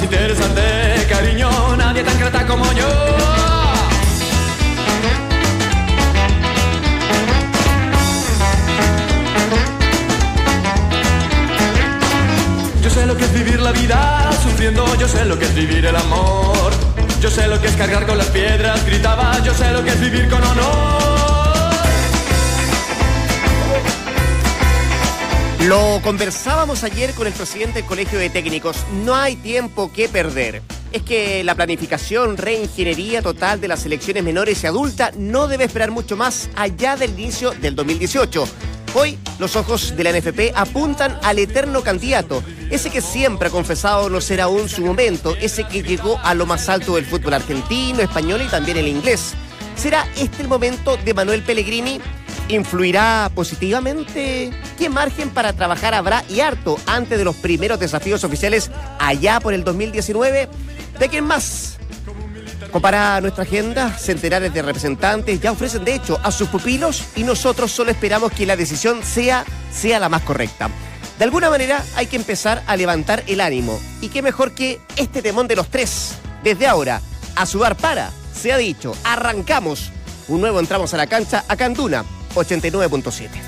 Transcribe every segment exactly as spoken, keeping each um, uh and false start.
interesante, cariño, nadie tan crata como yo. Yo sé lo que es vivir la vida sufriendo, yo sé lo que es vivir el amor. Yo sé lo que es cargar con las piedras, gritaba, yo sé lo que es vivir con honor. Lo conversábamos ayer con el presidente del Colegio de Técnicos. No hay tiempo que perder. Es que la planificación, reingeniería total de las selecciones menores y adultas no debe esperar mucho más allá del inicio del dos mil dieciocho. Hoy, los ojos de la N F P apuntan al eterno candidato, ese que siempre ha confesado no ser aún su momento, ese que llegó a lo más alto del fútbol argentino, español y también el inglés. ¿Será este el momento de Manuel Pellegrini? ¿Influirá positivamente? ¿Qué margen para trabajar habrá y harto antes de los primeros desafíos oficiales allá por el dos mil diecinueve? ¿De quién más? Comparada nuestra agenda, centenares de representantes ya ofrecen de hecho a sus pupilos y nosotros solo esperamos que la decisión sea, sea la más correcta. De alguna manera hay que empezar a levantar el ánimo. Y qué mejor que este temón de los tres. Desde ahora, a sudar para, se ha dicho, arrancamos. Un nuevo entramos a la cancha acá en Duna ochenta y nueve punto siete.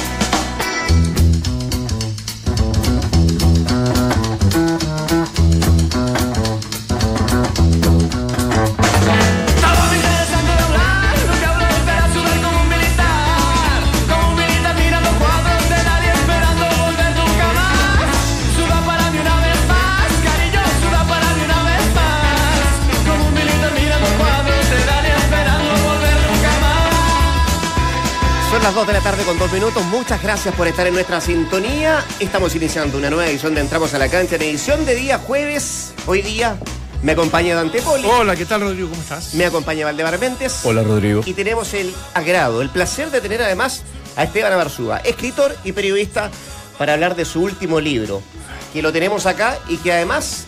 Las dos de la tarde con dos minutos. Muchas gracias por estar en nuestra sintonía. Estamos iniciando una nueva edición de Entramos a la Cancha, en edición de día jueves. Hoy día me acompaña Dante Poli. Hola, ¿qué tal, Rodrigo? ¿Cómo estás? Me acompaña Valdemar Ventes. Hola, Rodrigo. Y tenemos el agrado, el placer de tener además a Esteban Abarzúa, escritor y periodista, para hablar de su último libro, que lo tenemos acá y que además,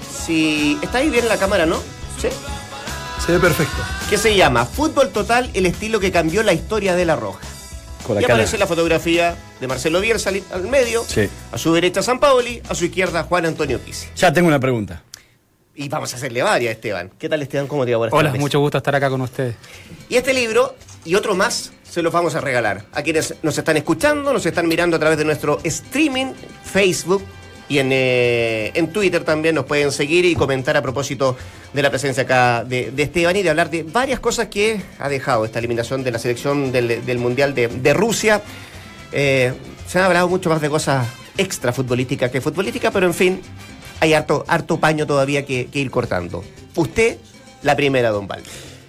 si está ahí bien en la cámara, ¿no? ¿Sí? Se ve perfecto. Que se llama Fútbol Total, el estilo que cambió la historia de La Roja. Con la y cara. aparece la fotografía de Marcelo Bielsa al medio, sí. A su derecha Sampaoli, a su izquierda Juan Antonio Pizzi. Ya tengo una pregunta. Y vamos a hacerle varias, Esteban. ¿Qué tal, Esteban? ¿Cómo te va? Buenas Hola, tardes. mucho gusto estar acá con ustedes. Y este libro y otro más se los vamos a regalar a quienes nos están escuchando, nos están mirando a través de nuestro streaming, Facebook y en, eh, en Twitter también nos pueden seguir y comentar a propósito de la presencia acá de, de Esteban y de hablar de varias cosas que ha dejado esta eliminación de la selección del, del Mundial de, de Rusia. Eh, se ha hablado mucho más de cosas extra futbolísticas que futbolísticas, pero en fin, hay harto, harto paño todavía que, que ir cortando. Usted, la primera, don Valde.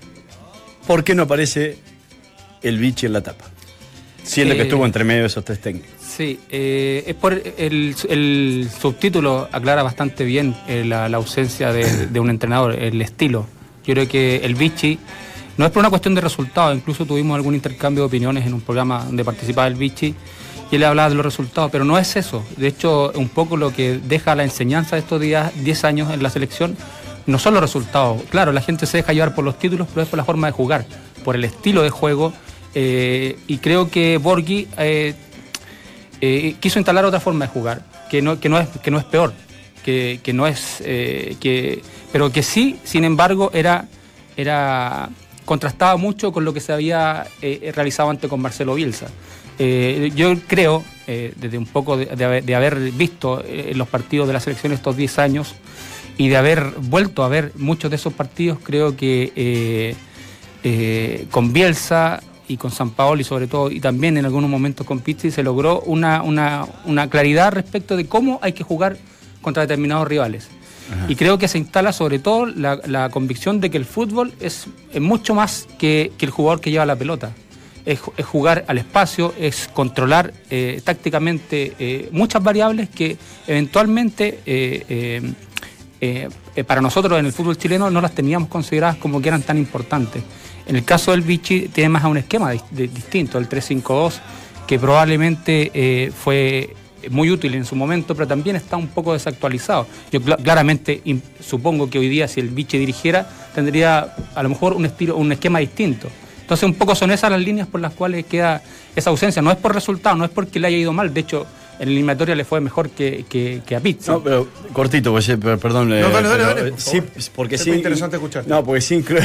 ¿Por qué no aparece el Vichy en la tapa? Siendo Eh, que estuvo entre medio de esos tres técnicos. Sí, eh, es por el, el subtítulo aclara bastante bien eh, la, la ausencia de, de un entrenador, el estilo. Yo creo que el Vichy no es por una cuestión de resultados, incluso tuvimos algún intercambio de opiniones en un programa donde participaba el Vichy y él hablaba de los resultados, pero no es eso. De hecho, un poco lo que deja la enseñanza de estos días, diez años en la selección, no son los resultados. Claro, la gente se deja llevar por los títulos, pero es por la forma de jugar, por el estilo de juego. Eh, y creo que Borghi eh, eh, quiso instalar otra forma de jugar, que no, que no, es, que no es peor, que, que no es, eh, que, pero que sí, sin embargo, era, era contrastaba mucho con lo que se había eh, realizado antes con Marcelo Bielsa. Eh, yo creo, eh, desde un poco de, de, haber, de haber visto eh, los partidos de la selección estos diez años y de haber vuelto a ver muchos de esos partidos, creo que eh, eh, con Bielsa y con Sampaoli sobre todo, y también en algunos momentos con Pizzi, se logró una, una, una claridad respecto de cómo hay que jugar contra determinados rivales. Ajá. Y creo que se instala sobre todo la, la convicción de que el fútbol es, es mucho más que, que el jugador que lleva la pelota. Es, es jugar al espacio, es controlar eh, tácticamente eh, muchas variables que eventualmente eh, eh, eh, eh, para nosotros en el fútbol chileno no las teníamos consideradas como que eran tan importantes. En el caso del Vichy tiene más a un esquema de, de, distinto, el tres cinco dos, que probablemente eh, fue muy útil en su momento, pero también está un poco desactualizado. Yo cl- claramente im- supongo que hoy día si el Vichy dirigiera tendría a lo mejor un estilo, un esquema distinto. Entonces un poco son esas las líneas por las cuales queda esa ausencia. No es por resultado, no es porque le haya ido mal. De hecho, en la eliminatoria le fue mejor que, que, que a Pizzi. No, pero cortito, pues, perdón. No, eh, dale, dale, pero, dale, eh, por sí, favor. porque Es sí. muy interesante escucharte. No, porque sí incluye.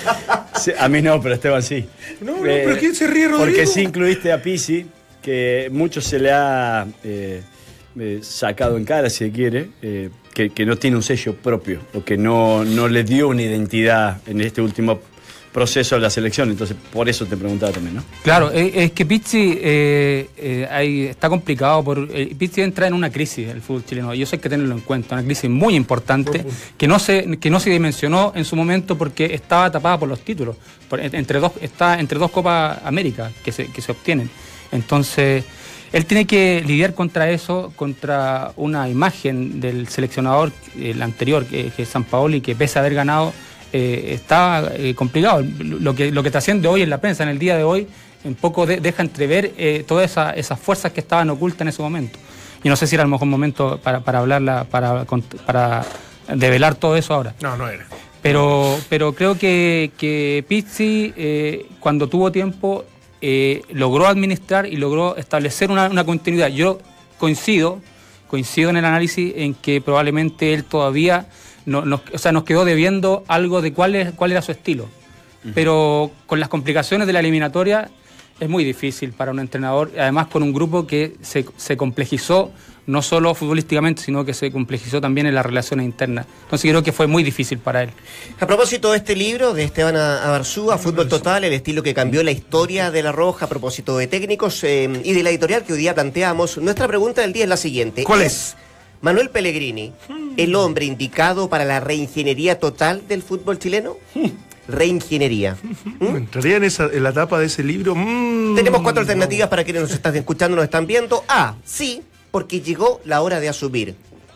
Sí, a mí no, pero Esteban sí. No, no, pero ¿quién se ríe, Rodrigo? Porque sí incluiste a Pizzi, que mucho se le ha eh, eh, sacado en cara, si se quiere, eh, que, que no tiene un sello propio, o que no, no le dio una identidad en este último proceso de la selección. Entonces, por eso te preguntaba también, ¿no? Claro, es, es que Pizzi eh, eh, ahí está complicado. Por, eh, Pizzi entra en una crisis el fútbol chileno, y eso hay que tenerlo en cuenta, una crisis muy importante que no se que no se dimensionó en su momento porque estaba tapada por los títulos, por, entre dos está entre dos Copas América que se, que se obtienen. Entonces, él tiene que lidiar contra eso, contra una imagen del seleccionador, el anterior, que, que es Sampaoli, que pese a haber ganado, eh, está eh, complicado. Lo que, lo que está haciendo hoy en la prensa, en el día de hoy, un poco de, deja entrever eh, todas esa, esas fuerzas que estaban ocultas en ese momento. Y no sé si era el mejor momento para, para hablarla, para, para develar todo eso ahora. No, no era. Pero, pero creo que, que Pizzi, eh, cuando tuvo tiempo, Eh, logró administrar y logró establecer una, una continuidad. Yo coincido, coincido en el análisis en que probablemente él todavía no, nos, o sea, nos quedó debiendo algo de cuál, es, cuál era su estilo. Uh-huh. Pero con las complicaciones de la eliminatoria es muy difícil para un entrenador, además con un grupo que se, se complejizó no solo futbolísticamente, sino que se complejizó también en las relaciones internas. Entonces creo que fue muy difícil para él. A propósito de este libro de Esteban Abarzúa, Fútbol Total, el estilo que cambió la historia de La Roja, a propósito de técnicos eh, y de la editorial que hoy día planteamos, nuestra pregunta del día es la siguiente. ¿Cuál es? ¿Manuel Pellegrini, el hombre indicado para la reingeniería total del fútbol chileno? Reingeniería. ¿Mm? Entraría en, esa, en la tapa de ese libro. Mm, Tenemos cuatro alternativas para quienes nos están escuchando, nos están viendo. A, sí, porque llegó la hora de asumir.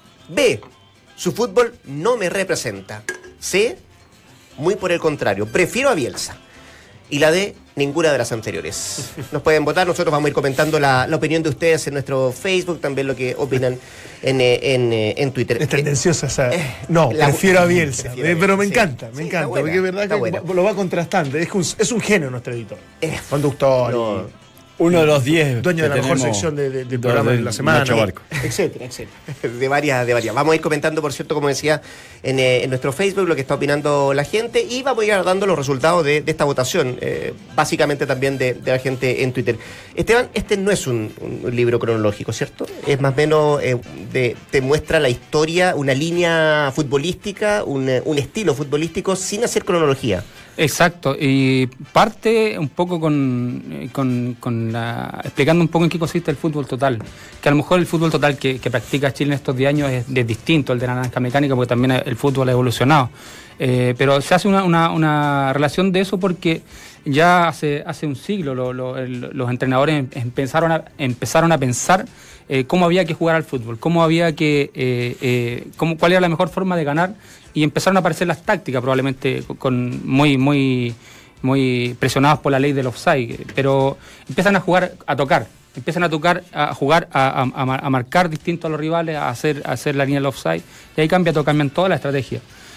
B, su fútbol no me representa. C, muy por el contrario, prefiero a Bielsa. Y la D, ninguna de las anteriores. Nos pueden votar, nosotros vamos a ir comentando la, la opinión de ustedes en nuestro Facebook, también lo que opinan en, en, en Twitter. Es tendenciosa esa. No, la, prefiero a Bielsa. prefiero a eh, pero me sí, encanta, me sí, encanta. buena, porque es verdad que buena. lo va contrastando. Es un, es un genio nuestro editor. Eh, Conductor. no. Y, Uno de los diez. dueño de la mejor sección de, de, del programa de la semana. Nacho Barco. Etcétera, etcétera. De varias, de varias. Vamos a ir comentando, por cierto, como decía, en, eh, en nuestro Facebook lo que está opinando la gente y vamos a ir dando los resultados de, de esta votación, eh, básicamente también de, de la gente en Twitter. Esteban, este no es un, un libro cronológico, ¿cierto? Es más o menos, eh, de, te muestra la historia, una línea futbolística, un, un estilo futbolístico sin hacer cronología. Exacto, y parte un poco con, con, con la, explicando un poco en qué consiste el fútbol total, que a lo mejor el fútbol total que, que practica Chile en estos diez años es, es distinto al de la naranja mecánica, porque también el fútbol ha evolucionado, eh, pero se hace una, una, una relación de eso porque ya hace, hace un siglo lo, lo, el, los entrenadores empezaron a, empezaron a pensar eh, cómo había que jugar al fútbol, cómo había que, eh, eh, cómo, cuál era la mejor forma de ganar. Y empezaron a aparecer las tácticas, probablemente con muy muy muy presionados por la ley del offside, pero empiezan a jugar, a tocar, empiezan a tocar, a jugar, a, a, a marcar distinto a los rivales, a hacer, a hacer la línea del offside, y ahí cambia todo, cambian toda la estrategia.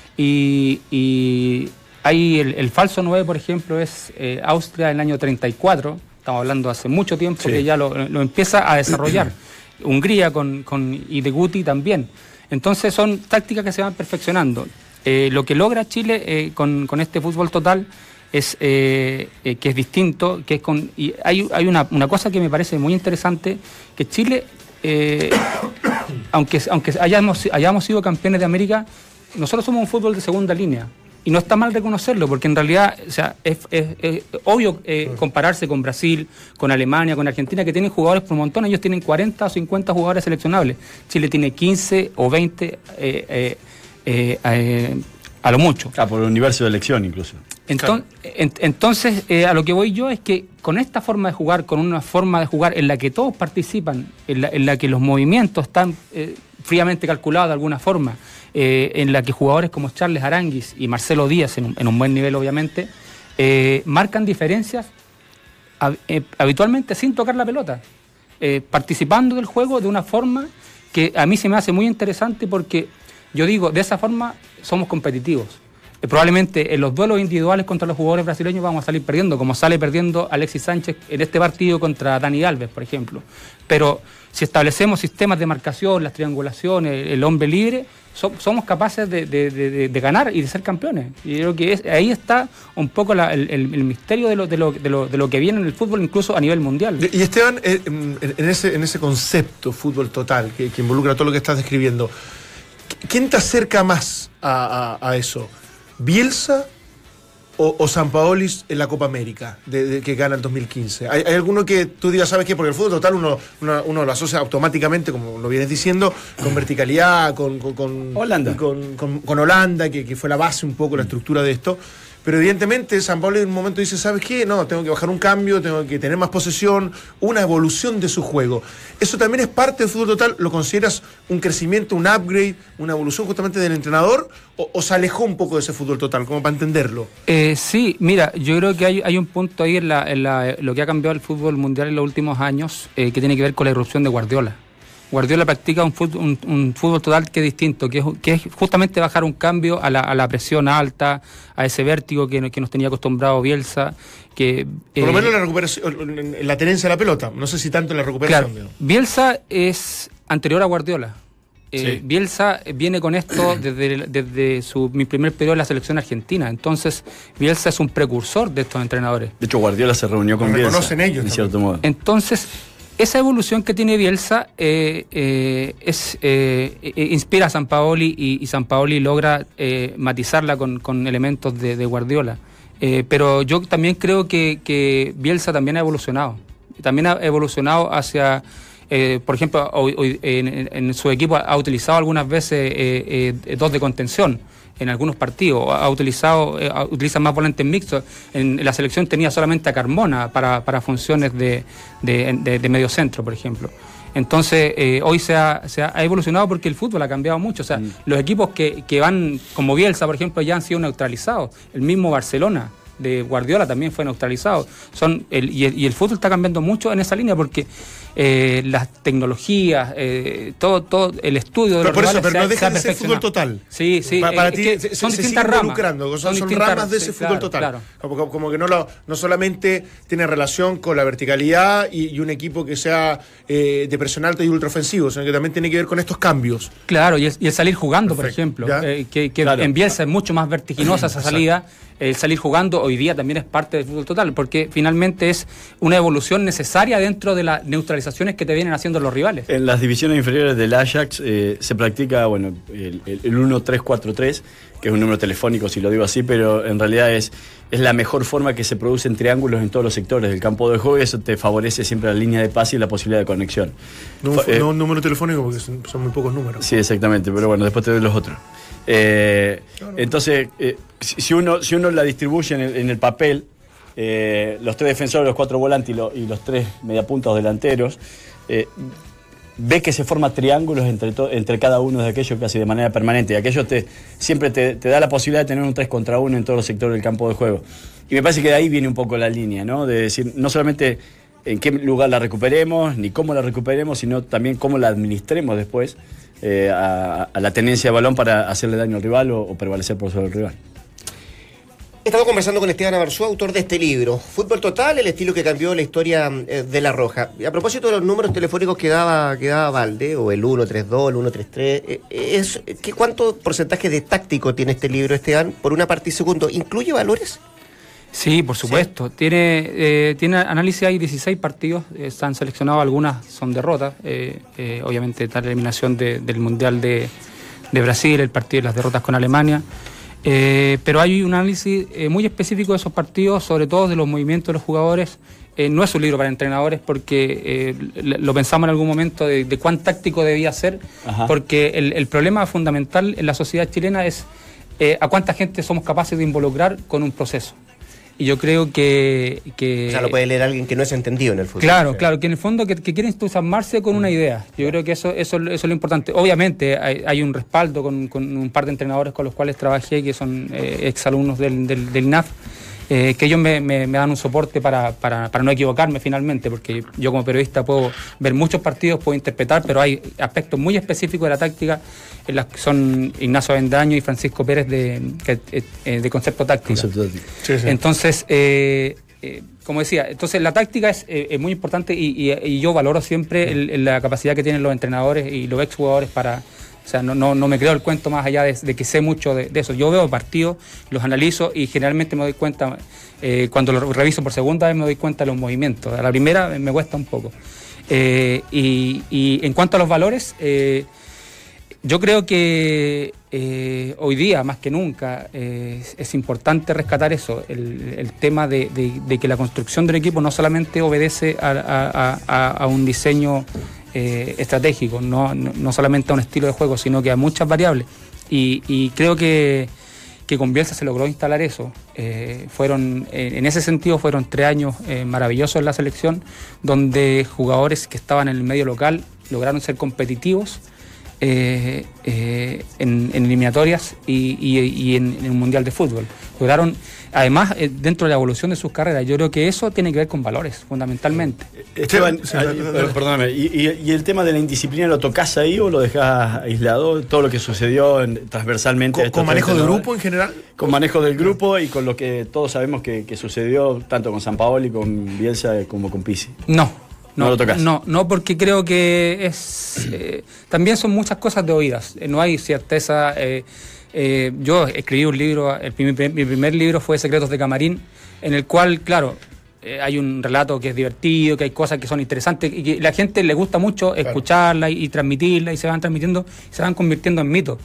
Y, y ahí el, el falso nueve, por ejemplo, es eh, Austria en el año treinta y cuatro, estamos hablando hace mucho tiempo, sí, que ya lo, lo empieza a desarrollar. Hungría con, con y de Guti también. Entonces son tácticas que se van perfeccionando. Eh, lo que logra Chile eh, con, con este fútbol total es eh, eh, que es distinto, que es con y hay, hay una, una cosa que me parece muy interesante, que Chile, eh, aunque, aunque hayamos, hayamos sido campeones de América, nosotros somos un fútbol de segunda línea. Y no está mal reconocerlo, porque en realidad, o sea, es, es, es obvio eh, compararse con Brasil, con Alemania, con Argentina, que tienen jugadores por montón. Ellos tienen cuarenta o cincuenta jugadores seleccionables. Chile tiene quince o veinte eh, eh, eh, eh, a lo mucho. Ah, por el universo de elección incluso. Enton, en, entonces, eh, a lo que voy yo es que con esta forma de jugar, con una forma de jugar en la que todos participan, en la, en la que los movimientos están eh, fríamente calculados de alguna forma, Eh, en la que jugadores como Charles Aranguis y Marcelo Díaz, en un, en un buen nivel obviamente, eh, marcan diferencias hab, eh, habitualmente sin tocar la pelota, eh, participando del juego de una forma que a mí se me hace muy interesante, porque yo digo, de esa forma somos competitivos. Eh, probablemente en los duelos individuales contra los jugadores brasileños vamos a salir perdiendo, como sale perdiendo Alexis Sánchez en este partido contra Dani Alves, por ejemplo. Pero si establecemos sistemas de marcación, las triangulaciones, el hombre libre, so, somos capaces de, de, de, de ganar y de ser campeones. Y yo creo que es, ahí está un poco la, el, el, el misterio de lo, de, lo, de, lo, de lo que viene en el fútbol, incluso a nivel mundial. Y Esteban, eh, en, ese, en ese concepto fútbol total, que, que involucra todo lo que estás describiendo, ¿quién te acerca más a, a, a eso? ¿Bielsa o, o Sampaoli en la Copa América de, de, que gana en dos mil quince? ¿Hay, ¿Hay alguno que tú digas, sabes qué? Porque el fútbol total uno, uno, uno lo asocia automáticamente, como lo vienes diciendo, con verticalidad, con, con, con Holanda, con, con, con Holanda, que, que fue la base un poco, la estructura de esto. Pero evidentemente Sampaoli en un momento dice, ¿sabes qué? No, tengo que bajar un cambio, tengo que tener más posesión, una evolución de su juego. ¿Eso también es parte del fútbol total? ¿Lo consideras un crecimiento, un upgrade, una evolución justamente del entrenador? ¿O, o se alejó un poco de ese fútbol total, como para entenderlo? Eh, sí, mira, yo creo que hay, hay un punto ahí en, la, en la, lo que ha cambiado el fútbol mundial en los últimos años, eh, que tiene que ver con la irrupción de Guardiola. Guardiola practica un fútbol, un, un fútbol total que es distinto, que es, que es justamente bajar un cambio a la, a la presión alta, a ese vértigo que, que nos tenía acostumbrado Bielsa. Que, Por lo eh, menos en la recuperación, en la tenencia de la pelota, no sé si tanto en la recuperación. Claro, Bielsa es anterior a Guardiola. Eh, Sí. Bielsa viene con esto desde, desde su, mi primer periodo en la selección argentina. Entonces, Bielsa es un precursor de estos entrenadores. De hecho, Guardiola se reunió con Lo Bielsa. reconocen ellos en también. cierto modo. Entonces, esa evolución que tiene Bielsa eh, eh, es, eh, eh, inspira a Sampaoli y, y Sampaoli logra eh, matizarla con, con elementos de, de Guardiola. Eh, pero yo también creo que, que Bielsa también ha evolucionado. También ha evolucionado hacia... Eh, por ejemplo, hoy, hoy, en, en su equipo ha utilizado algunas veces eh, eh, dos de contención en algunos partidos, ha utilizado eh, utiliza más volantes mixtos. En, en la selección tenía solamente a Carmona para, para funciones de, de, de, de medio centro, por ejemplo. Entonces, eh, hoy se ha, se ha evolucionado porque el fútbol ha cambiado mucho. O sea, mm. los equipos que, que van, como Bielsa, por ejemplo, ya han sido neutralizados. El mismo Barcelona de Guardiola también fue neutralizado. Son el, y, el, y el fútbol está cambiando mucho en esa línea porque eh, las tecnologías, eh, todo, todo el estudio de pero los por eso, rivales pero no se ha, deja se de ha ser fútbol total. Sí, sí. Pa, para eh, ti es se, que son se distintas sigue ramas. involucrando, son, son, son distintas, ramas de ese sí, fútbol claro, total. Claro. Como, como que no, lo, no solamente tiene relación con la verticalidad y, y un equipo que sea eh, de presión alta y ultraofensivo, sino que también tiene que ver con estos cambios. Claro, y el, y el salir jugando, Perfecto. por ejemplo, eh, que, que Claro. en Bielsa es mucho más vertiginosa esa salida. El salir jugando hoy día también es parte del fútbol total, porque finalmente es una evolución necesaria dentro de las neutralizaciones que te vienen haciendo los rivales. En las divisiones inferiores del Ajax eh, se practica bueno el, el, el uno tres cuatro tres, que es un número telefónico si lo digo así, pero en realidad es, es la mejor forma que se producen triángulos en todos los sectores del campo de juego y eso te favorece siempre la línea de pase y la posibilidad de conexión. No, Fa- eh, no un número telefónico porque son, son muy pocos números. Sí, exactamente, pero bueno, después te doy los otros. Eh, entonces, eh, si si uno, si uno la distribuye en el, en el papel, eh, los tres defensores, los cuatro volantes y, lo- y los tres mediapuntas delanteros, eh, ve que se forman triángulos entre, to- entre cada uno de aquellos casi de manera permanente. Y aquello te, siempre te, te da la posibilidad de tener un tres contra uno en todos los sectores del campo de juego. Y me parece que de ahí viene un poco la línea, ¿no? De decir, no solamente en qué lugar la recuperemos, ni cómo la recuperemos, sino también cómo la administremos después eh, a, a la tenencia de balón para hacerle daño al rival o, o prevalecer por sobre el rival. Estamos conversando con Esteban Abarzúa, autor de este libro, Fútbol Total, el estilo que cambió la historia eh, de La Roja. Y a propósito de los números telefónicos que daba, que daba Valde, o el uno tres dos, el uno tres tres, eh, es, ¿qué, ¿cuánto porcentaje de táctico tiene este libro, Esteban? Por una parte, y segundo, ¿incluye valores? Sí, por supuesto. ¿Sí? Tiene eh, tiene análisis, hay dieciséis partidos, eh, están seleccionados, algunas son derrotas. Eh, eh, obviamente está la eliminación de, del Mundial de, de Brasil, el partido de las derrotas con Alemania. Eh, pero hay un análisis eh, muy específico de esos partidos, sobre todo de los movimientos de los jugadores. Eh, no es un libro para entrenadores porque eh, lo pensamos en algún momento de, de cuán táctico debía ser, Ajá. porque el, el problema fundamental en la sociedad chilena es eh, a cuánta gente somos capaces de involucrar con un proceso. Y yo creo que, que... O sea, lo puede leer alguien que no es entendido en el fútbol. Claro, sí. claro, que en el fondo que, que quiere entusiasmarse con una idea. Yo creo que eso, eso, eso es lo importante. Obviamente hay, hay un respaldo con, con un par de entrenadores con los cuales trabajé, que son eh, exalumnos del, del, del I N A F, eh, que ellos me, me, me dan un soporte para, para, para no equivocarme finalmente, porque yo como periodista puedo ver muchos partidos, puedo interpretar, pero hay aspectos muy específicos de la táctica en las que son Ignacio Avendaño y Francisco Pérez de, de, de concepto táctico. Concepto táctico. Sí, sí. Entonces, eh, eh, como decía, entonces la táctica es, eh, es muy importante y, y, y yo valoro siempre el, el, la capacidad que tienen los entrenadores y los exjugadores para... O sea, no, no, no me creo el cuento más allá de, de que sé mucho de, de eso. Yo veo partidos, los analizo y generalmente me doy cuenta, eh, cuando los reviso por segunda vez me doy cuenta de los movimientos. A la primera me cuesta un poco. Eh, y, y en cuanto a los valores, eh, yo creo que eh, hoy día, más que nunca, eh, es, es importante rescatar eso, el, el tema de, de, de que la construcción del equipo no solamente obedece a, a, a, a un diseño Eh, estratégico, no, no, no solamente a un estilo de juego, sino que a muchas variables. Y, y creo que, que con Bielsa se logró instalar eso. Eh, fueron, eh, en ese sentido, fueron tres años eh, maravillosos en la selección, donde jugadores que estaban en el medio local lograron ser competitivos eh, eh, en, en eliminatorias y, y, y en, en un mundial de fútbol. Lograron, además, eh, dentro de la evolución de sus carreras, yo creo que eso tiene que ver con valores, fundamentalmente. Esteban, sí, ay, perdóname, ¿y, y, ¿y el tema de la indisciplina lo tocás ahí o lo dejás aislado? Todo lo que sucedió en, transversalmente. ¿Con, con manejo del grupo en general? Con manejo del grupo y con lo que todos sabemos que, que sucedió tanto con Sampaoli, con Bielsa como con Pizzi. No. No, no lo tocas. No, no, porque creo que es eh, también son muchas cosas de oídas. Eh, no hay certeza. Eh, eh, yo escribí un libro, el primer, mi primer libro fue Secretos de Camarín, en el cual, claro, eh, hay un relato que es divertido, que hay cosas que son interesantes y que a la gente le gusta mucho claro. escucharla y, y transmitirla y se van transmitiendo, se van convirtiendo en mitos.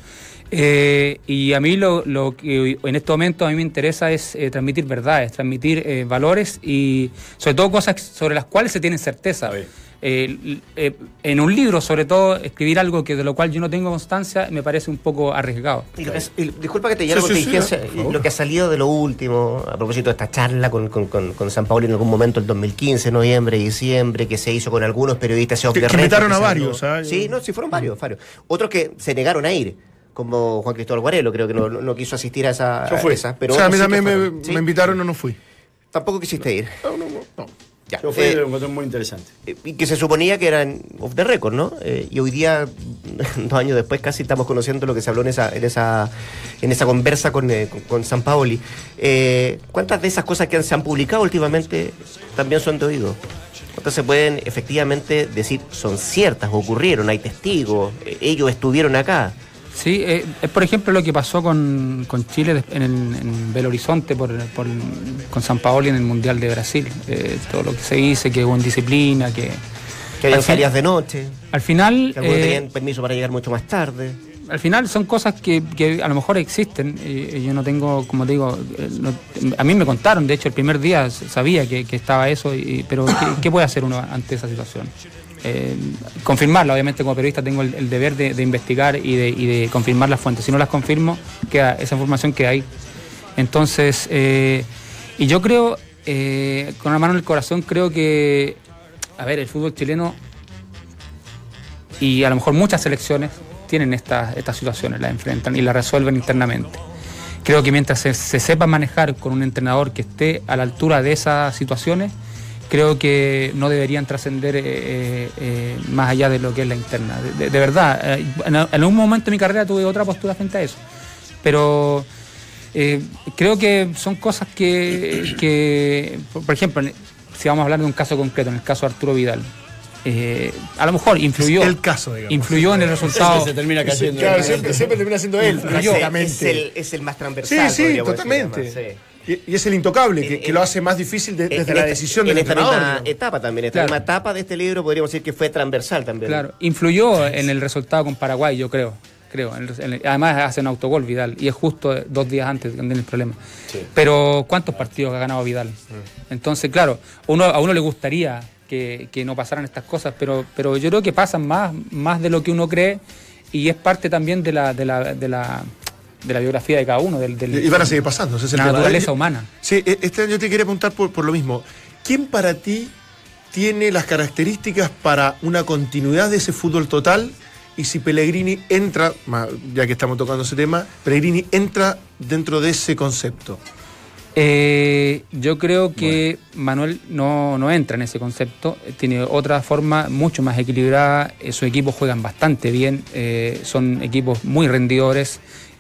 Eh, y a mí lo, lo que en este momento a mí me interesa es eh, transmitir verdades, transmitir eh, valores y sobre todo cosas sobre las cuales se tienen certeza. Eh, eh, en un libro, sobre todo, escribir algo que de lo cual yo no tengo constancia me parece un poco arriesgado. Y lo que, y, disculpa que te llegue sí, la contingencia, sí, sí, lo que ha salido de lo último, a propósito de esta charla con, con, con, con Sampaoli en algún momento, el dos mil quince, noviembre, diciembre, que se hizo con algunos periodistas. Que, que invitaron a varios. ¿eh? Sí, no, sí, fueron varios, varios. Otros que se negaron a ir. Como Juan Cristóbal Guarelo, creo que no, no quiso asistir a esa. Yo fui. A esa, pero o sea, a mí sí también me, ¿sí? me invitaron o no fui. Tampoco quisiste ir. No, no, no. Ya. Yo fui eh, y lo encontré muy interesante. Eh, y que se suponía que eran off the record, ¿no? Eh, y hoy día, dos años después, casi estamos conociendo lo que se habló en esa en esa, en esa conversa con, eh, con, con Sampaoli. Eh, ¿Cuántas de esas cosas que han, se han publicado últimamente también son de oído? ¿Cuántas se pueden efectivamente decir son ciertas, ocurrieron, hay testigos, eh, ellos estuvieron acá? Sí, eh, es por ejemplo lo que pasó con, con Chile en, el, en Belo Horizonte por, por, con Sampaoli en el Mundial de Brasil. Eh, todo lo que se dice, que hubo indisciplina, que... Que habían salidas de noche. Al final... Que algunos eh, tenían permiso para llegar mucho más tarde. Al final son cosas que, que a lo mejor existen. Y yo no tengo, como te digo, no, a mí me contaron, de hecho el primer día sabía que, que estaba eso, y, pero ¿qué, ¿qué puede hacer uno ante esa situación? Eh, confirmarla, obviamente como periodista tengo el, el deber de, de investigar y de, y de confirmar las fuentes. Si no las confirmo, queda esa información queda ahí. Entonces, eh, y yo creo, eh, con la mano en el corazón, creo que, a ver, el fútbol chileno y a lo mejor muchas selecciones tienen estas estas situaciones, las enfrentan y las resuelven internamente. Creo que mientras se, se sepa manejar con un entrenador que esté a la altura de esas situaciones, creo que no deberían trascender eh, eh, más allá de lo que es la interna. De, de, de verdad, eh, en, en algún momento de mi carrera tuve otra postura frente a eso, pero eh, creo que son cosas que, que, por ejemplo, si vamos a hablar de un caso concreto, en el caso de Arturo Vidal, Eh, a lo mejor influyó, es el caso, digamos. influyó en el resultado. Se termina cayendo. Claro, siempre, siempre termina siendo él. Influyó. Es, el, es el más transversal. Sí, sí, totalmente. Decir, sí. Y, y es el intocable, que, en, que lo hace más difícil de, desde la esta, decisión del entrenador. En esta misma etapa también, esta claro. misma etapa de este libro podríamos decir que fue transversal también. Claro, influyó en el resultado con Paraguay, yo creo. creo en el, en el, Además hace un autogol Vidal, y es justo dos días antes donde el problema. Sí. Pero ¿cuántos partidos ha ganado Vidal? Mm. Entonces, claro, uno, a uno le gustaría Que, que no pasaran estas cosas, pero, pero yo creo que pasan más, más de lo que uno cree, y es parte también de la, de la, de la, de la biografía de cada uno. Del, del, y van a seguir pasando. Es la naturaleza humana. Sí, este año te quería preguntar por, por lo mismo. ¿Quién para ti tiene las características para una continuidad de ese fútbol total? Y si Pellegrini entra, ya que estamos tocando ese tema, Pellegrini entra dentro de ese concepto. Eh, yo creo que bueno. Manuel no, no entra en ese concepto, tiene otra forma mucho más equilibrada, eh, sus equipos juegan bastante bien, eh, son equipos muy rendidores,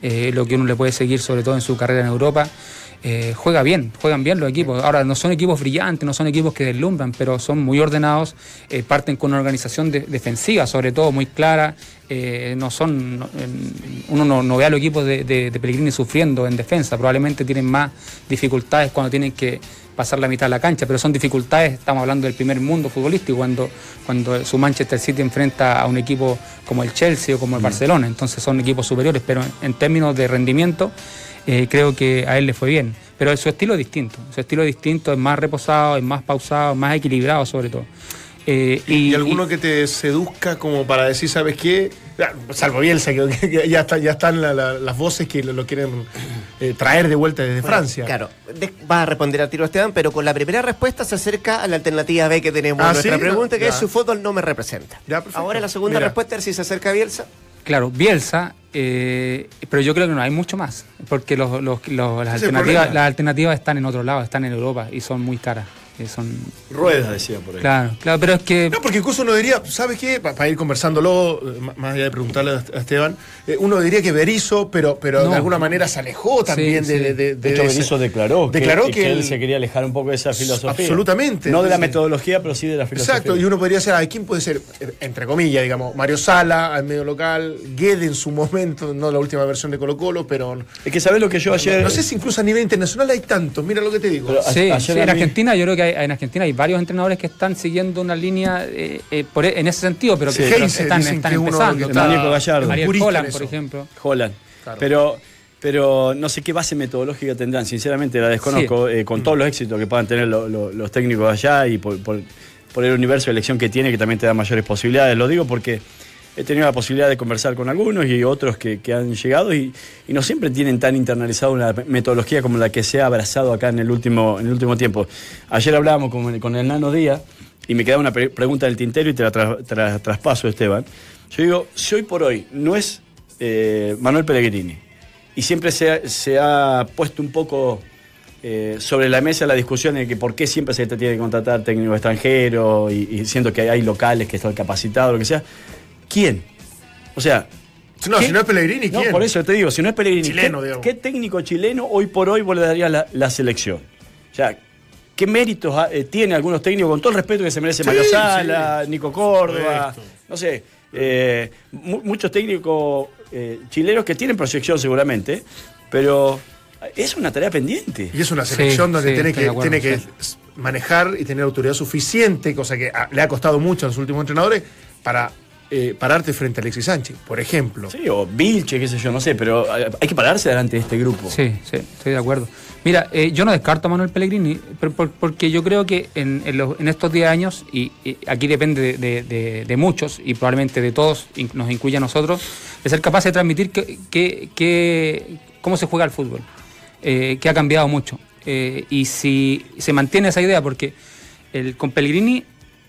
eh, lo que uno le puede seguir sobre todo en su carrera en Europa. Eh, juega bien, juegan bien los equipos. Ahora, no son equipos brillantes, no son equipos que deslumbran, pero son muy ordenados, eh, parten con una organización de, defensiva, sobre todo, muy clara. Eh, no son, no, uno no, no ve a los equipos de, de, de Pellegrini sufriendo en defensa, probablemente tienen más dificultades cuando tienen que pasar la mitad de la cancha, pero son dificultades, estamos hablando del primer mundo futbolístico, cuando, cuando su Manchester City enfrenta a un equipo como el Chelsea o como el mm. Barcelona, entonces son equipos superiores, pero en, en términos de rendimiento, Eh, creo que a él le fue bien, pero su estilo es distinto, su estilo es distinto, es más reposado, es más pausado, más equilibrado sobre todo. Eh, ¿Y, y, ¿Y alguno y, que te seduzca como para decir, ¿sabes qué? Salvo Bielsa, que, que ya, está, ya están la, la, las voces que lo, lo quieren eh, traer de vuelta desde bueno, Francia. Claro, de, va a responder al tiro Esteban, pero con la primera respuesta se acerca a la alternativa B que tenemos ah, en nuestra ¿sí? pregunta, que ya. es su fútbol no me representa. Ya, ahora la segunda Mira. respuesta es si se acerca a Bielsa. Claro, Bielsa, eh, pero yo creo que no hay mucho más, porque los, los, los, las, alternativas, las alternativas están en otro lado, están en Europa y son muy caras. Son... Ruedas, decía por ahí. Claro, claro, pero es que... No, porque incluso uno diría, ¿sabes qué? Para pa ir conversándolo, más allá de preguntarle a Esteban, eh, uno diría que Berizzo, pero, pero no. de alguna manera se alejó también sí, de, sí. de, de, de hecho, de Berizzo declaró, declaró que, que, que él él se quería alejar un poco de esa filosofía. Absolutamente. No de la sí. metodología, pero sí de la filosofía. Exacto, y uno podría decir, ¿a quién puede ser? Entre comillas, digamos, Mario Sala, al medio local, Guede en su momento, no la última versión de Colo Colo, pero... Es que sabes lo que yo ayer... No, no sé si incluso a nivel internacional hay tantos, mira lo que te digo. Pero sí, ayer sí, en Argentina yo creo que hay, en Argentina hay varios entrenadores que están siguiendo una línea eh, eh, por, en ese sentido, pero que sí. pero Heise, están, dicen están que uno empezando. que está- Maníaco Gallardo. Ariel Purista en Holland, eso. por ejemplo. Holland. Claro. Pero, pero no sé qué base metodológica tendrán, sinceramente la desconozco, Sí. eh, con todos los éxitos que puedan tener lo- lo- los técnicos allá y por, por, por el universo de elección que tiene, que también te da mayores posibilidades. Lo digo porque he tenido la posibilidad de conversar con algunos y otros que, que han llegado y, y no siempre tienen tan internalizada una metodología como la que se ha abrazado acá en el último, en el último tiempo. Ayer hablábamos con, con el Nano Díaz y me quedaba una pre- pregunta del tintero y te la tra- tra- traspaso, Esteban. Yo digo, si hoy por hoy no es eh, Manuel Pellegrini y siempre se ha, se ha puesto un poco eh, sobre la mesa la discusión de que por qué siempre se te tiene que contratar técnico extranjero y, y siendo que hay locales que están capacitados, lo que sea, ¿quién? O sea... No, ¿qué? si no es Pellegrini, ¿quién? No, por eso te digo, si no es Pellegrini, Chileno, ¿qué, digamos. ¿qué técnico chileno hoy por hoy vos le darías la, la selección? O sea, ¿qué méritos ha- eh, tiene algunos técnicos, con todo el respeto que se merece Sí, Mario Sala, sí. Nico Córdoba, Supuesto. no sé, eh, mu- muchos técnicos eh, chilenos que tienen proyección seguramente, pero es una tarea pendiente. Y es una selección Sí, donde sí, tiene estoy que, de acuerdo, tiene que sí. manejar y tener autoridad suficiente, cosa que a- le ha costado mucho a los últimos entrenadores, para eh, pararte frente a Alexis Sánchez, por ejemplo. Sí, o Vilche, qué sé yo, no sé, pero eh, hay que pararse delante de este grupo. Sí, sí, estoy de acuerdo. Mira, eh, yo no descarto a Manuel Pellegrini, pero por- porque yo creo que en, en, los- en estos diez años, y, y aquí depende de, de- de- de muchos, y probablemente de todos, in- nos incluye a nosotros, de ser capaz de transmitir que, que- que- cómo se juega el fútbol, eh, que ha cambiado mucho. Eh, y si se mantiene esa idea, porque el, con Pellegrini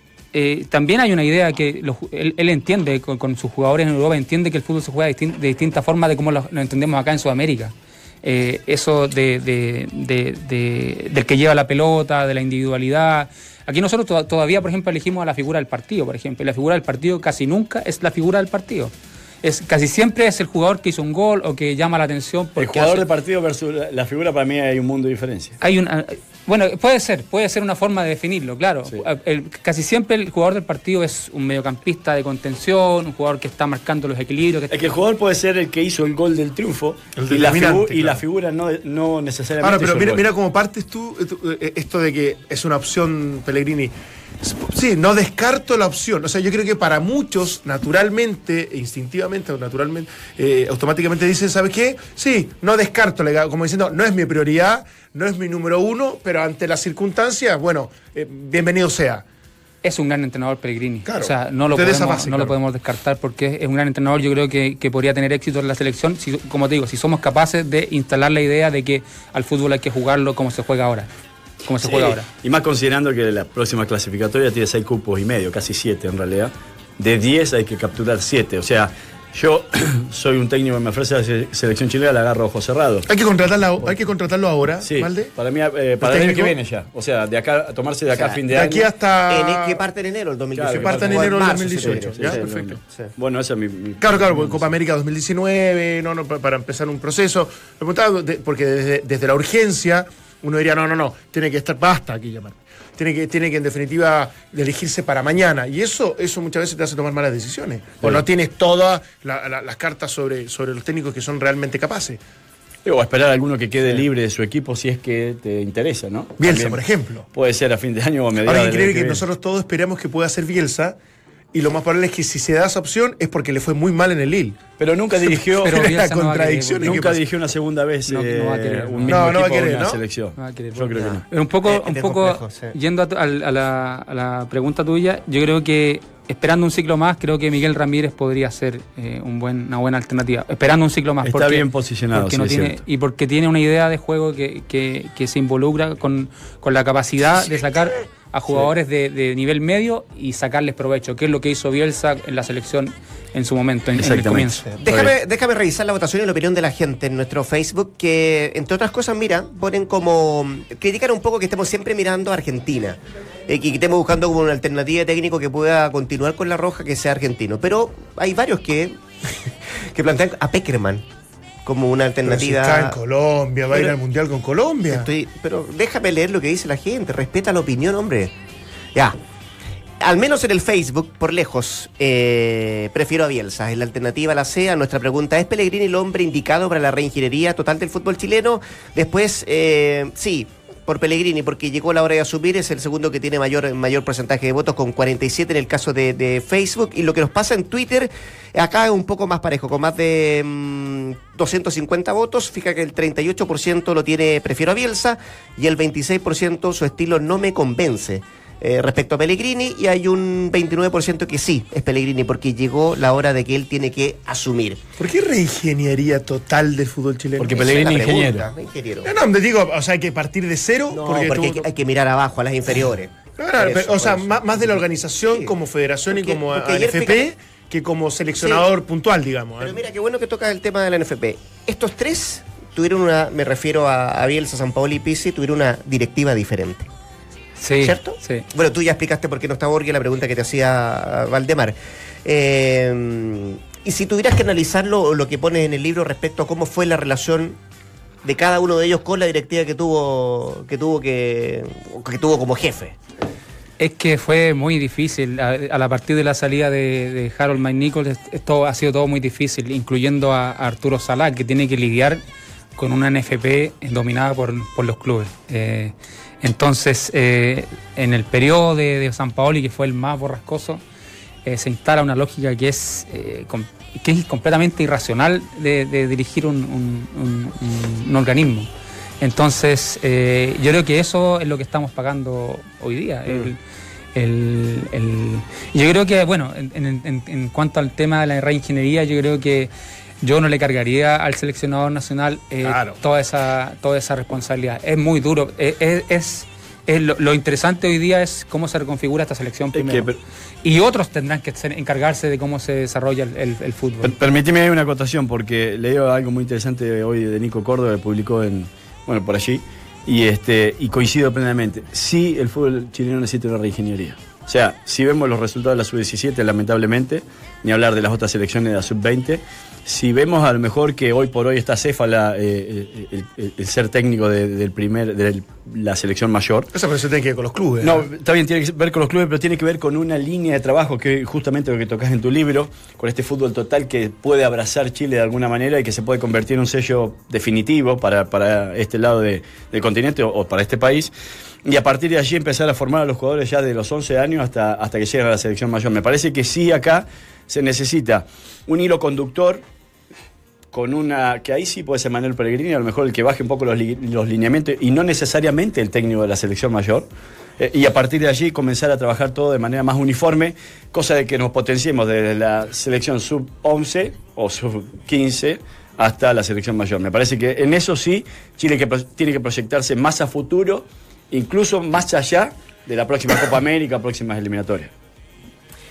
eh, también hay una idea que los- él, él entiende, con, con sus jugadores en Europa, entiende que el fútbol se juega distin- de distinta forma de cómo lo, lo entendemos acá en Sudamérica. Eh, eso de, de- de- de- del que lleva la pelota, de la individualidad. Aquí nosotros to- todavía, por ejemplo, elegimos a la figura del partido, por ejemplo. Y la figura del partido casi nunca es la figura del partido. Es, casi siempre es el jugador que hizo un gol o que llama la atención. El porque jugador hace- de partido versus la, la figura, para mí hay un mundo de diferencia. hay una, bueno, puede ser, puede ser una forma de definirlo, claro. Sí. El- casi siempre el jugador del partido es un mediocampista de contención, un jugador que está marcando los equilibrios. Que Es que el jugador puede ser el que hizo el gol del triunfo El y, la, determinante, figu- y la claro. figura no, no necesariamente. Ahora, pero hizo el mira, gol. mira cómo partes tú, eh, tú, eh, esto de que es una opción Pellegrini. Sí, no descarto la opción. O sea, yo creo que para muchos, naturalmente, e instintivamente o naturalmente, eh, automáticamente dicen, ¿sabes qué? Sí, no descarto, legado, como diciendo, no es mi prioridad, no es mi número uno, pero ante las circunstancias, bueno, eh, bienvenido sea. es un gran entrenador Pellegrini. Claro, o sea, no lo, desde esa podemos, base, no claro. lo podemos descartar porque es un gran entrenador. Yo creo que, que podría tener éxito en la selección, si, como te digo, si somos capaces de instalar la idea de que al fútbol hay que jugarlo como se juega ahora. Como se Sí, juega ahora. Y más considerando que la próxima clasificatoria tiene seis cupos y medio, casi siete en realidad. De diez hay que capturar siete. O sea, Yo soy un técnico que me ofrece la se- selección chilena, la agarro a ojos cerrados. Hay que contratarlo, hay que contratarlo ahora, Sí, Valde. para mí, eh, para el año técnico? que viene ya. O sea, de acá, a tomarse de acá O sea, a fin de, De año. aquí hasta. En, que parte en enero del dos mil dieciocho. Claro, parte en O enero del marzo, dos mil dieciocho, se ya, puede. perfecto. Sí. Bueno, esa es mi. mi- Claro, claro, porque Copa América dos mil diecinueve, no, no, pa- para empezar un proceso. Me preguntaba, de- porque desde, desde la urgencia uno diría, no, no, no, tiene que estar, basta aquí llamar. Tiene que, tiene que en definitiva elegirse para mañana. Y eso, eso muchas veces te hace tomar malas decisiones. O no tienes todas la- la- las cartas sobre, sobre los técnicos que son realmente capaces. O esperar a alguno que quede libre de su equipo si es que te interesa, ¿no? Bielsa, También por ejemplo. Puede ser a fin de año o a mediados Ahora es del increíble año que viene. nosotros todos esperamos que pueda ser Bielsa. Y lo más probable es que si se da esa opción es porque le fue muy mal en el Lille. Pero nunca dirigió. Pero Era Bielsa no va a querer, contradicción. ¿qué Nunca pasa? dirigió una segunda vez No, eh, no va a querer, un no. mismo No, no va a equipo o querer, una ¿no? selección. No va a querer. Yo creo que no. Pero un poco, Es- es un de poco complejo, sí. yendo a, tu- al- a la, a la pregunta tuya, yo creo que esperando un ciclo más, creo que Miguel Ramírez podría ser eh, un buen, una buena alternativa. Esperando un ciclo más. Está porque- bien posicionado, porque sí, no es tiene, cierto. y porque tiene una idea de juego que, que, que se involucra con, con la capacidad de sacar a jugadores de, de nivel medio y sacarles provecho, que es lo que hizo Bielsa en la selección en su momento, en, en el Exactamente. comienzo. Déjame, déjame revisar la votación y la opinión de la gente en nuestro Facebook, que entre otras cosas, mira, ponen como, critican un poco que estemos siempre mirando a Argentina, eh, que estemos buscando como una alternativa de técnico que pueda continuar con la roja, que sea argentino. Pero hay varios que, que plantean a Peckerman como una Pero si alternativa. está en Colombia, va a ir Pero- al Mundial con Colombia. Estoy- pero déjame leer lo que dice la gente, respeta la opinión, hombre. Ya. Al menos en el Facebook, por lejos, eh, prefiero a Bielsa. Es la alternativa a la C. A nuestra pregunta, ¿es Pellegrini el hombre indicado para la reingeniería total del fútbol chileno? Después, eh, sí, por Pellegrini, porque llegó la hora de asumir. Es el segundo que tiene mayor, mayor porcentaje de votos, con cuarenta y siete en el caso de, de Facebook. Y lo que nos pasa en Twitter, acá es un poco más parejo, con más de mm, doscientos cincuenta votos. Fija que el treinta y ocho por ciento lo tiene prefiero a Bielsa y el veintiséis por ciento su estilo no me convence. Eh, respecto a Pellegrini, y hay un veintinueve por ciento que sí es Pellegrini, porque llegó la hora de que él tiene que asumir. ¿Por qué reingeniería total del fútbol chileno? Porque Esa Pellegrini es la pregunta, ingeniero. ingeniero. No, no, te digo, o sea, hay que partir de cero. No, porque, porque, tú- hay, que, hay que mirar abajo, a las inferiores. Claro, Por pero, eso, o sea, por eso. más, más de la organización Sí. como federación Porque- y como porque A ayer N F P fíjate- que como seleccionador Sí. puntual, digamos. Pero ¿eh? mira, qué bueno que tocas el tema de la N F P. Estos tres tuvieron una, me refiero a, a Bielsa, Sampaoli y Pizzi, tuvieron una directiva diferente. Sí, ¿Cierto? Sí. Bueno, tú ya explicaste por qué no está Borghi, la pregunta que te hacía Valdemar. Eh, y si tuvieras que analizar lo, lo que pones en el libro respecto a cómo fue la relación de cada uno de ellos con la directiva que tuvo que tuvo que, que tuvo como jefe. Es que fue muy difícil. A, a la partir de la salida de, de Harold McNichols, esto ha sido todo muy difícil, incluyendo a, a Arturo Salá, que tiene que lidiar con una N F P dominada por, por los clubes. Eh, entonces, eh, en el periodo de, de Sampaoli, que fue el más borrascoso, eh, se instala una lógica que es, eh, com- que es completamente irracional de, de dirigir un, un- un- un- un organismo. Entonces, eh, yo creo que eso es lo que estamos pagando hoy día. El, el- el- yo creo que, bueno, en, en- en- en cuanto al tema de la reingeniería, yo creo que yo no le cargaría al seleccionador nacional eh, Claro. toda esa toda esa responsabilidad. Es muy duro. Eh, es, es- es lo, lo interesante hoy día es cómo se reconfigura esta selección que, primero. pero- Y otros tendrán que ser- encargarse de cómo se desarrolla el, el- el fútbol. Per- Permíteme una acotación, porque leí algo muy interesante hoy de Nico Córdoba, que publicó en, bueno, por allí, y este y coincido plenamente. Sí, el fútbol chileno necesita una reingeniería. O sea, si vemos los resultados de la sub diecisiete, lamentablemente, ni hablar de las otras selecciones de la sub veinte, si vemos a lo mejor que hoy por hoy está céfala eh, el, el- el ser técnico de, del primer, de la selección mayor. Esa pero eso tiene que ver con los clubes. No, ¿eh? está bien, tiene que ver con los clubes, pero tiene que ver con una línea de trabajo, que es justamente lo que tocas en tu libro, con este fútbol total que puede abrazar Chile de alguna manera y que se puede convertir en un sello definitivo para, para este lado de- del continente o, o para este país. Y a partir de allí empezar a formar a los jugadores ya de los once años hasta, hasta que lleguen a la selección mayor. Me parece que sí, acá se necesita un hilo conductor con una, que ahí sí puede ser Manuel Pellegrini, a lo mejor el que baje un poco los, li- los lineamientos y no necesariamente el técnico de la selección mayor, eh, y a partir de allí comenzar a trabajar todo de manera más uniforme, cosa de que nos potenciemos desde la selección sub once o sub quince hasta la selección mayor. Me parece que en eso sí Chile que pro- tiene que proyectarse más a futuro, incluso más allá de la próxima Copa América, próximas eliminatorias.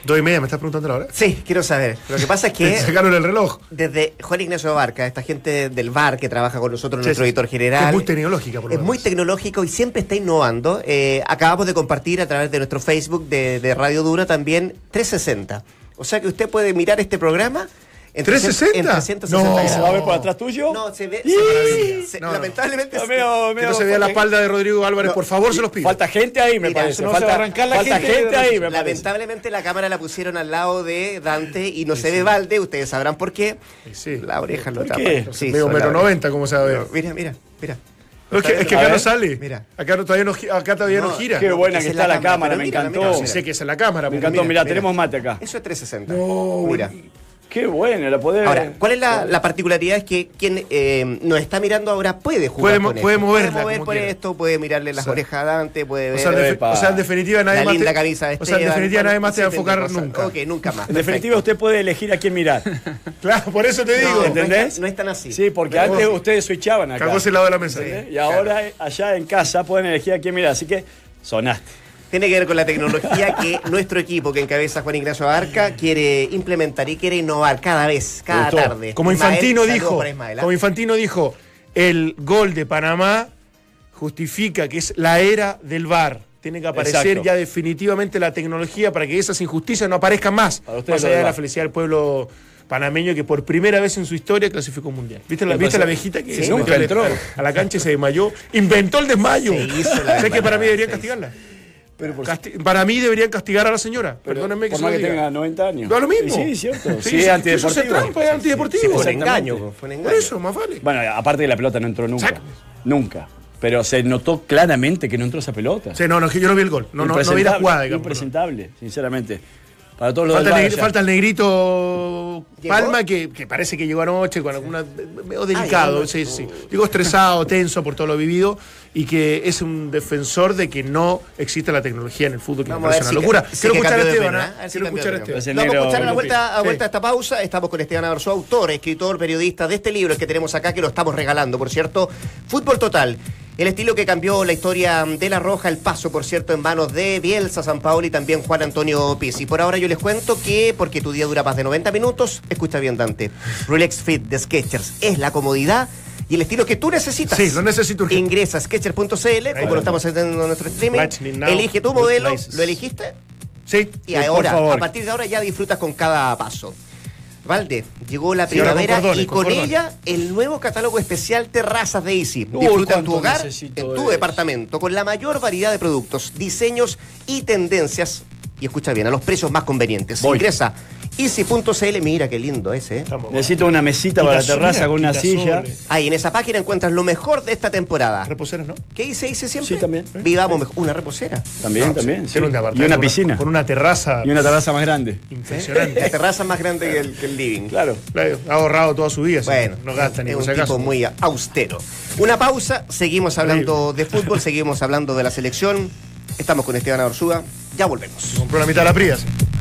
Dos y media, ¿me estás preguntando la hora? Sí, quiero saber. Lo que pasa es que Sacaron el reloj. desde Juan Ignacio Barca, esta gente del V A R que trabaja con nosotros, Sí, nuestro sí. editor general. Es muy tecnológica, por lo Es muy menos. tecnológico y siempre está innovando. Eh, acabamos de compartir a través de nuestro Facebook de, de Radio Dura también trescientos sesenta. O sea que usted puede mirar este programa en ¿trescientos sesenta? En trescientos sesenta No. grados. ¿Se va a ver por atrás tuyo? No, se ve. ¡Y! se- se- No, no. lamentablemente. No, se- medio- Que medio no se vea la falta- espalda de Rodrigo Álvarez, No. por favor, se los pido. Falta gente ahí, me Mira, parece. no se falta va a arrancar la falta gente gente de- ahí, me parece. Lamentablemente la cámara la pusieron al lado de Dante y no se ve Valde, ustedes sabrán por qué. Sí, sí. La oreja lo ¿Por tapa. qué? Sí, Medio son metro la- noventa, como se va a ver. No, mira, mira, mira. No, es que, es que A acá ver. no sale. Mira. Acá no, todavía no, gi- acá todavía no, No, gira. Qué buena esa que es está la la cámara, cámara, pero me mira, encantó. mira, Sí, mira. sé que es en la cámara. Me porque encantó, mira. mirá, tenemos mate acá. Eso es trescientos sesenta. No, mira. Qué bueno, la podés. Ahora, ¿cuál es la, la particularidad? Es que quien eh, nos está mirando ahora puede jugar Puede mo- con puede esto. moverla puede mover como por quiera. esto, puede mirarle las O sea, orejas a Dante, puede O ver sea, en defi- Epa. o sea, en definitiva nadie la más linda te, camisa de O sea, en Esteban. definitiva nadie más te va a Ese tipo de enfocar cosas. nunca. Ok, nunca más. En definitiva, usted puede elegir a quién mirar. Claro, por eso te No, digo. no ¿entendés? es tan- No es tan así. Sí, porque Pero- antes ustedes switchaban acá. Cagó ese lado de la mesa. ¿entendés? Y ahora eh, allá en casa pueden elegir a quién mirar. Así que sonaste. Tiene que ver con la tecnología que nuestro equipo que encabeza Juan Ignacio Abarca quiere implementar y quiere innovar cada vez, cada gustó. tarde. Como Ismael, Infantino saludos dijo, para Ismael, ¿ah? como Infantino dijo, el gol de Panamá justifica que es la era del V A R. Tiene que aparecer Exacto. ya definitivamente la tecnología para que esas injusticias no aparezcan más. Para ustedes Más lo allá del de la V A R. felicidad del pueblo panameño que por primera vez en su historia clasificó un mundial. ¿Viste la, Me ¿viste parece- la abejita que Sí, se nunca metió entró. A, a la cancha y se desmayó? Inventó el desmayo. Se hizo la ¿Sabes que para mí desmayada, deberían se castigarla? Pero por- Casti- para mí deberían castigar a la señora. Pero Perdónenme que por se más lo que diga. tenga noventa años. No, lo mismo. Sí, cierto. Sí, Sí, es sí, antideportivo. eso es trampa, es antideportivo. Sí, fue un Exactamente. engaño, fue un engaño. Por eso, más vale. Bueno, aparte que la pelota no entró nunca. Exacto. Nunca. Pero se notó claramente que no entró esa pelota. Sí, no, no, es que yo no vi el gol. No, no, no vi la Impresentable, jugada, digamos. Impresentable, sinceramente. Para todos los Falta, del el V A R negri- ya. falta el negrito ¿Llegó? Palma, que, que parece que llegó anoche con alguna. medio Ah, delicado, llegó. sí, sí. Digo, estresado, tenso por todo lo vivido, y que es un defensor de que no existe la tecnología en el fútbol, que Vamos me a parece ver una si locura. ca- si Quiero que escuchar a cambió de Esteban, opinión, ¿ah? ¿eh? A ver si Quiero cambió escuchar a de opinión. Esteban. Ese Lo vamos a negro- escuchar a la vuelta, a Sí. vuelta a esta pausa. Estamos con Esteban Averso, autor, escritor, periodista de este libro que tenemos acá, que lo estamos regalando, por cierto. Fútbol Total. El estilo que cambió la historia de La Roja, el paso, por cierto, en manos de Bielsa, Sampaoli y también Juan Antonio Pizzi. Por ahora yo les cuento que, porque tu día dura más de noventa minutos, escucha bien, Dante, Relax Fit de Skechers es la comodidad y el estilo que tú necesitas. Sí, lo necesito urgente. Ingresa a skechers punto c l, como va. lo estamos haciendo en nuestro streaming. Lightning now, Elige tu modelo, places. ¿lo elegiste? Sí, Y por ahora, favor. a partir de ahora ya disfrutas con cada paso. Valde, llegó la Sí, ahora con primavera cordones, y con con cordones. ella el nuevo catálogo especial Terrazas de Easy. Uy, Disfruta en tu cuánto hogar, necesito en de tu eso. departamento, con la mayor variedad de productos, diseños y tendencias. Y escucha bien, a los precios más convenientes. Voy. Ingresa easy punto c l, mira qué lindo ese, ¿eh? Estamos- Necesito una mesita para la Quitasol, terraza con una silla. quitasol. Ahí en esa página encuentras lo mejor de esta temporada. Reposeras, ¿no? ¿Qué dice Easy siempre? Sí, también. Vivamos mejor. Una reposera. También, No, también. sí, sí. tiene un Y departamento una con piscina. Con una terraza Y una terraza más grande. impresionante. La terraza más grande que el, que el living. Claro. Claro, ha ahorrado toda su vida. así Bueno, que no gasta ni es por un si acaso. tipo muy austero. Una pausa, seguimos hablando de fútbol, seguimos hablando de la selección. Estamos con Esteban Arzúa, ya volvemos. Compró la mitad de la Prias.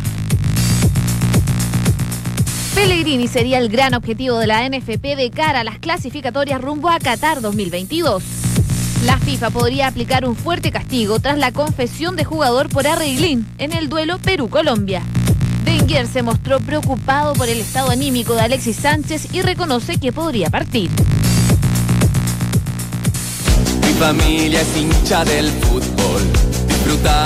Pellegrini sería el gran objetivo de la N F P de cara a las clasificatorias rumbo a Qatar dos mil veintidós. La FIFA podría aplicar un fuerte castigo tras la confesión de jugador por Arreglín en el duelo Perú-Colombia. Wenger se mostró preocupado por el estado anímico de Alexis Sánchez y reconoce que podría partir. Mi familia es hincha del fútbol. Disfruta.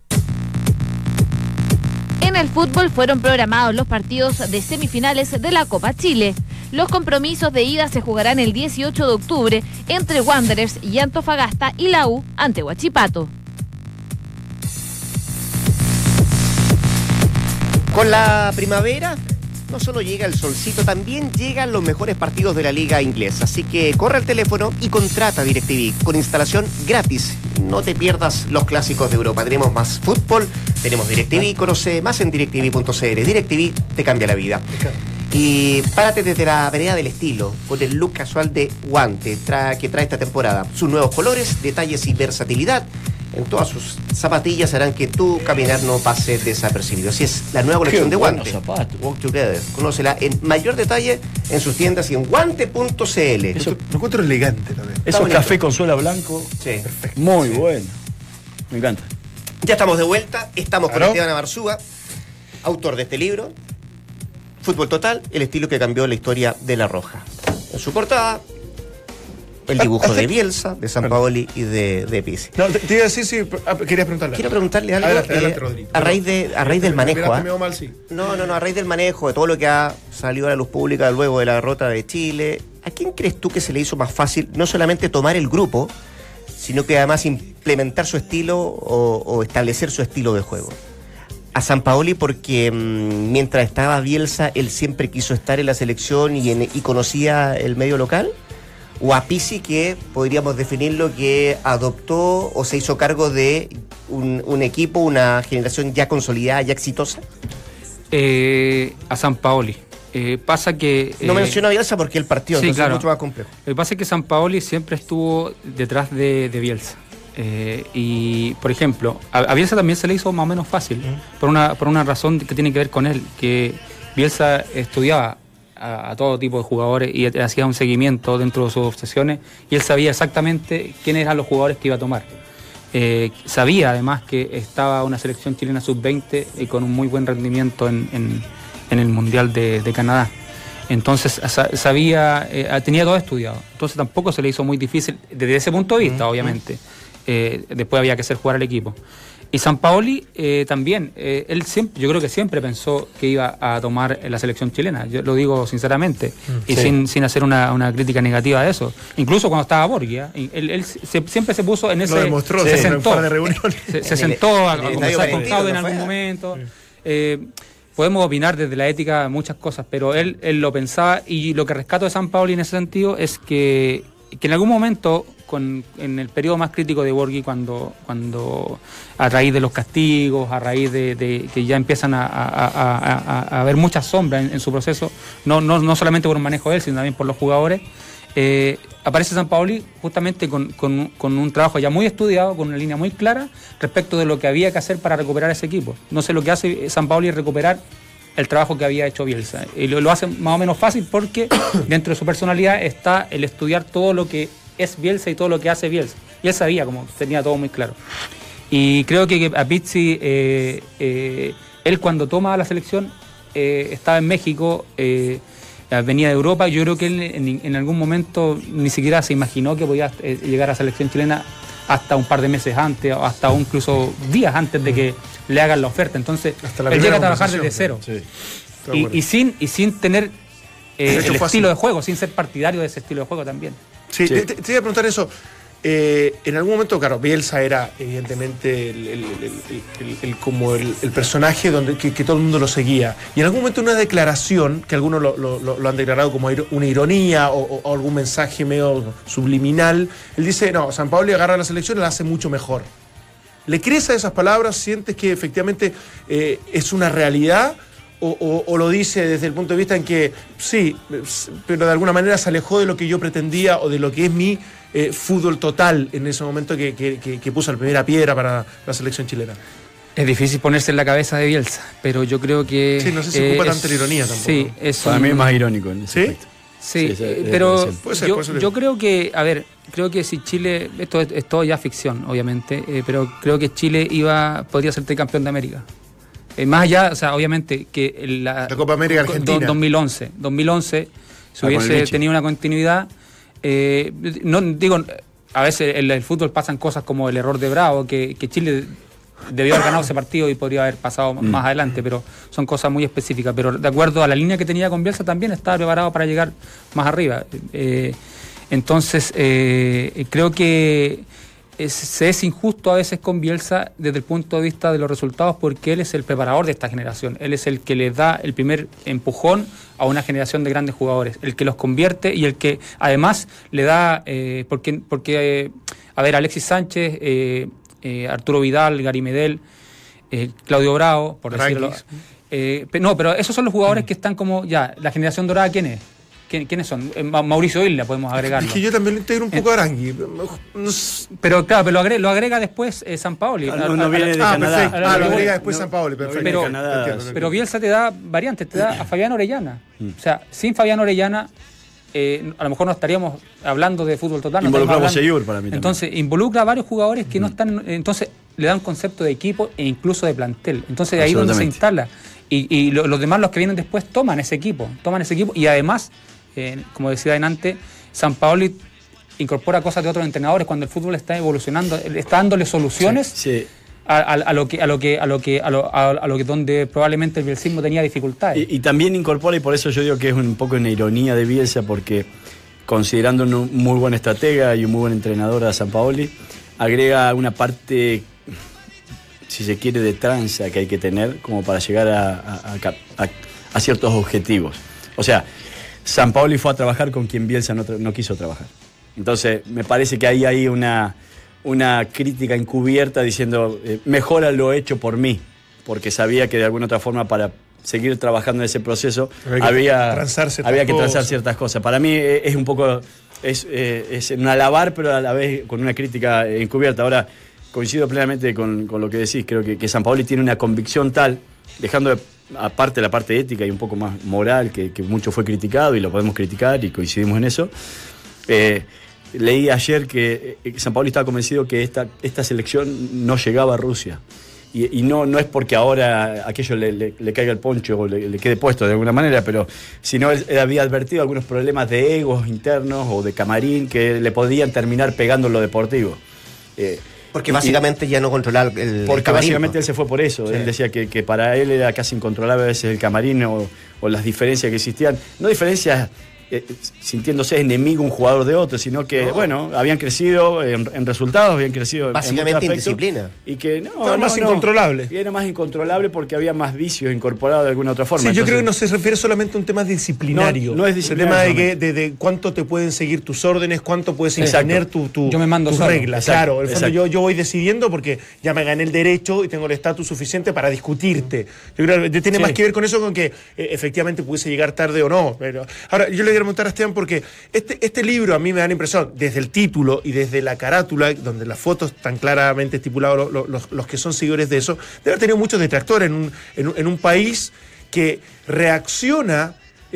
En el fútbol fueron programados los partidos de semifinales de la Copa Chile. Los compromisos de ida se jugarán el dieciocho de octubre entre Wanderers y Antofagasta y la U ante Huachipato. Con la primavera no solo llega el solcito, también llegan los mejores partidos de la liga inglesa. Así que corre al teléfono y contrata DirecTV con instalación gratis. No te pierdas los clásicos de Europa. Tenemos más fútbol, tenemos DirecTV, conoce más en directv punto c l. DirecTV te cambia la vida. Y párate desde la vereda del estilo, con el look casual de Guante tra- que trae esta temporada. Sus nuevos colores, detalles y versatilidad en todas sus zapatillas harán que tu caminar no pase desapercibido. Así es, la nueva colección Qué de buenos Guante. zapatos. Walk Together. Conócela en mayor detalle en sus tiendas y en guante punto c l. Eso- Lo encuentro elegante también. Esos bonito. café con suela blanco, Sí. muy bueno. Me encanta. Ya estamos de vuelta, estamos con Claro. Esteban Abarzúa. autor de este libro, Fútbol Total, el estilo que cambió la historia de La Roja. En su portada, el dibujo de Bielsa, de Sampaoli y de, de Pizzi. No, te, te iba a decir si ah, querías preguntarle. Quiero preguntarle algo Adelante, eh, adelante, Rodrigo. a raíz de a raíz del manejo. Mira, ¿eh? me veo mal, sí. No, no, no, a raíz del manejo, de todo lo que ha salido a la luz pública luego de la derrota de Chile, ¿a quién crees tú que se le hizo más fácil no solamente tomar el grupo, sino que además implementar su estilo o, o establecer su estilo de juego? A Sampaoli porque mmm, mientras estaba Bielsa, él siempre quiso estar en la selección y, en, y conocía el medio local. ¿O a Pizzi, que podríamos definirlo que adoptó o se hizo cargo de un, un equipo, una generación ya consolidada, ya exitosa? Eh, a Sampaoli. Eh, pasa que... No eh, menciono a Bielsa porque el partido sí, entonces claro. es mucho más complejo. Lo que pasa es que Sampaoli siempre estuvo detrás de, de Bielsa. Eh, y, por ejemplo, a, a Bielsa también se le hizo más o menos fácil, mm. por, una, por una razón que tiene que ver con él, que Bielsa estudiaba a, a todo tipo de jugadores y hacía un seguimiento dentro de sus obsesiones, y él sabía exactamente quiénes eran los jugadores que iba a tomar. Eh, sabía además que estaba una selección chilena sub veinte y con un muy buen rendimiento en, en, en el Mundial de, de Canadá. Entonces sabía, eh, tenía todo estudiado. Entonces tampoco se le hizo muy difícil desde ese punto de vista, mm-hmm. obviamente. Eh, después había que hacer jugar al equipo. Y Sampaoli eh, también, eh, él siempre, yo creo que siempre pensó que iba a tomar la selección chilena, yo lo digo sinceramente, mm, y sí. sin, sin hacer una, una crítica negativa de eso. Incluso cuando estaba Borgia, él, él se, siempre se puso en ese... Lo demostró, se, sí, sentó, de reuniones. se, se sentó a, a conversar con Claudio en algún momento. Sí. Eh, podemos opinar desde la ética muchas cosas, pero él, él lo pensaba, y lo que rescato de Sampaoli en ese sentido es que, que en algún momento... Con, en el periodo más crítico de Borghi, cuando, cuando a raíz de los castigos, a raíz de, de que ya empiezan a, a, a, a, a haber muchas sombras en, en su proceso, no, no, no solamente por un manejo de él, sino también por los jugadores, eh, aparece Sampaoli justamente con, con, con un trabajo ya muy estudiado, con una línea muy clara respecto de lo que había que hacer para recuperar ese equipo. No sé, lo que hace Sampaoli es recuperar el trabajo que había hecho Bielsa, y lo, lo hace más o menos fácil porque dentro de su personalidad está el estudiar todo lo que es Bielsa y todo lo que hace Bielsa. Y él sabía, como tenía todo muy claro. Y creo que a Pizzi, eh, eh, él cuando toma la selección, eh, estaba en México, eh, venía de Europa, yo creo que él en, en algún momento ni siquiera se imaginó que podía eh, llegar a la selección chilena hasta un par de meses antes, o hasta incluso días antes de que le hagan la oferta. Entonces, él llega a trabajar desde cero. Sí. Y, y, sin, y sin tener eh, el estilo de juego, sin ser partidario de ese estilo de juego también. Sí, sí. Te, te iba a preguntar eso. Eh, en algún momento, claro, Bielsa era evidentemente el, el, el, el, el, como el, el personaje donde, que, que todo el mundo lo seguía. Y en algún momento una declaración, que algunos lo, lo, lo han declarado como una ironía o, o, o algún mensaje medio subliminal, él dice, no, Sampaoli agarra la selección y la hace mucho mejor. ¿Le crees a esas palabras? ¿Sientes que efectivamente eh, es una realidad? O, o, o lo dice desde el punto de vista en que sí, pero de alguna manera se alejó de lo que yo pretendía o de lo que es mi eh, fútbol total en ese momento que, que, que, que puso la primera piedra para la selección chilena? Es difícil ponerse en la cabeza de Bielsa, pero yo creo que... Sí, no sé si eh, ocupa es, tanta la ironía tampoco. Sí, es para un, mí es más irónico en ese ¿sí? aspecto. Sí, sí es, pero puede ser, yo, puede ser. yo creo que, a ver, creo que si Chile, esto es, es todo ya ficción, obviamente, eh, pero creo que Chile iba podría ser campeón de América. Eh, más allá, o sea, obviamente que la, la Copa América Argentina dos mil once, dos mil once si ah, hubiese tenido una continuidad, eh, no digo, a veces en el fútbol pasan cosas como el error de Bravo, que, que Chile debió haber ganado ese partido y podría haber pasado mm. más adelante, pero son cosas muy específicas. Pero de acuerdo a la línea que tenía con Bielsa, también estaba preparado para llegar más arriba. Eh, entonces, eh, creo que es, se es injusto a veces con Bielsa desde el punto de vista de los resultados, porque él es el preparador de esta generación, él es el que le da el primer empujón a una generación de grandes jugadores, el que los convierte y el que además le da, eh, porque, porque eh, a ver, Alexis Sánchez, eh, eh, Arturo Vidal, Gary Medel, eh, Claudio Bravo, por Raquis. decirlo. Eh, no, pero esos son los jugadores mm. que están como, ya, la generación dorada, ¿quién es? ¿Quiénes son? Mauricio Isla, podemos agregarlo. Es que yo también lo integro un poco a Arangui. Pero claro, pero lo agrega, lo agrega después eh, Sampaoli. No, no viene de ah, Canadá. Perfecto. Ah, lo agrega después no, Sampaoli, perfecto. Pero, de Canadá, pero, pero Bielsa te da variantes, te da a Fabián Orellana. O sea, sin Fabián Orellana, eh, a lo mejor no estaríamos hablando de fútbol total. No involucra a Seyur para mí. Entonces, también. involucra a varios jugadores que mm. no están. Entonces, le da un concepto de equipo e incluso de plantel. Entonces, ahí es donde se instala. Y, y lo, los demás, los que vienen después, toman ese equipo, toman ese equipo y además, eh, como decía adelante, Sampaoli incorpora cosas de otros entrenadores cuando el fútbol está evolucionando, está dándole soluciones Sí, sí. A, a, a lo que a lo que a lo que a lo, a, a lo que donde probablemente el bielsismo tenía dificultades. Y, y también incorpora, y por eso yo digo que es un poco una ironía de Bielsa, porque considerando un muy buen estratega y un muy buen entrenador a Sampaoli, agrega una parte, si se quiere, de tranza que hay que tener como para llegar a, a, a, a, a ciertos objetivos. O sea, Sampaoli fue a trabajar con quien Bielsa no, no quiso trabajar. Entonces, me parece que ahí hay una, una crítica encubierta diciendo, eh, mejora lo hecho por mí, porque sabía que de alguna otra forma para seguir trabajando en ese proceso había que, había, transar, había que transar ciertas cosas. Para mí eh, es un poco, es, eh, es un alabar, pero a la vez con una crítica encubierta. Ahora, coincido plenamente con, con lo que decís, creo que, que Sampaoli tiene una convicción tal, dejando de, aparte la parte ética y un poco más moral, que, que mucho fue criticado y lo podemos criticar y coincidimos en eso. Eh, Leí ayer que Sampaoli estaba convencido que esta, esta selección no llegaba a Rusia. Y, y no, no es porque ahora aquello le, le, le caiga el poncho o le, le quede puesto de alguna manera, pero sino él, él había advertido algunos problemas de egos internos o de camarín que le podían terminar pegando en lo deportivo. Eh, Porque básicamente y, ya no controlaba el Porque camarín, básicamente él se fue por eso. Sí. Él decía que, que para él era casi incontrolable a veces el camarín o, o las diferencias que existían. No diferencias... Eh, sintiéndose enemigo un jugador de otro, sino que, no. bueno, habían crecido en, en resultados, habían crecido básicamente en indisciplina. Y que no, no, no más no, incontrolable. Y era más incontrolable porque había más vicios incorporados de alguna otra forma. Sí, Entonces, yo creo que no se refiere solamente a un tema disciplinario. No, no es disciplinario. El tema de, que, de, de cuánto te pueden seguir tus órdenes, cuánto puedes imponer tu, tu, yo me mando tus solo. reglas. Exacto, claro, en el fondo yo, yo voy decidiendo porque ya me gané el derecho y tengo el estatus suficiente para discutirte. Yo creo que tiene sí. más que ver con eso, con que eh, efectivamente pudiese llegar tarde o no. Pero ahora, yo le quiero preguntar a Esteban porque Este, este libro a mí me da la impresión, desde el título y desde la carátula, donde las fotos están claramente estipuladas, lo, lo, los que son seguidores de eso, debe haber tenido muchos detractores en un, en un, en un país que reacciona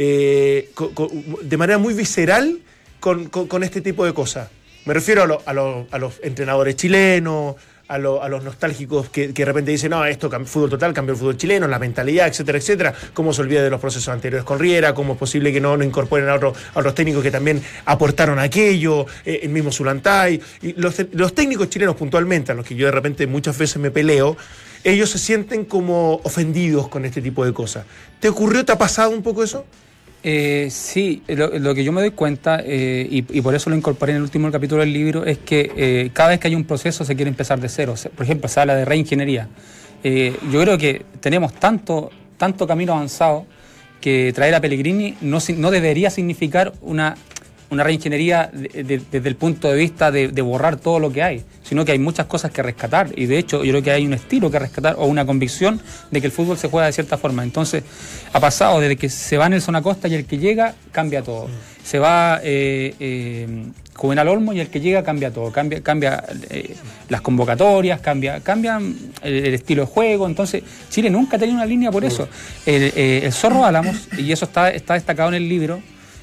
eh, con, con, de manera muy visceral con, con, con este tipo de cosas. Me refiero a, lo, a, lo, a los entrenadores chilenos, A, lo, a los nostálgicos que, que de repente dicen, no, esto fútbol total, cambió el fútbol chileno, la mentalidad, etcétera, etcétera. ¿Cómo se olvida de los procesos anteriores con Riera? ¿Cómo es posible que no, no incorporen a, otro, a otros técnicos que también aportaron aquello? Eh, el mismo Zulantay. Y los, los técnicos chilenos puntualmente, a los que yo de repente muchas veces me peleo, ellos se sienten como ofendidos con este tipo de cosas. ¿Te ocurrió, te ha pasado un poco eso? Eh, sí, lo, lo que yo me doy cuenta, eh, y, y por eso lo incorporé en el último capítulo del libro, es que eh, cada vez que hay un proceso se quiere empezar de cero. Por ejemplo, se habla de reingeniería. Eh, yo creo que tenemos tanto, tanto camino avanzado que traer a Pellegrini no, no debería significar una, una reingeniería de, de, desde el punto de vista de, de borrar todo lo que hay, sino que hay muchas cosas que rescatar, y de hecho yo creo que hay un estilo que rescatar o una convicción de que el fútbol se juega de cierta forma. Entonces ha pasado desde que se va Nelson Acosta y el que llega cambia todo, se va eh, eh, Juvenal Olmo y el que llega cambia todo, cambia, cambia eh, las convocatorias, cambia, cambia el, el estilo de juego. Entonces Chile nunca ha tenido una línea por eso. El, eh, el Zorro Álamos, y eso está, está destacado en el libro,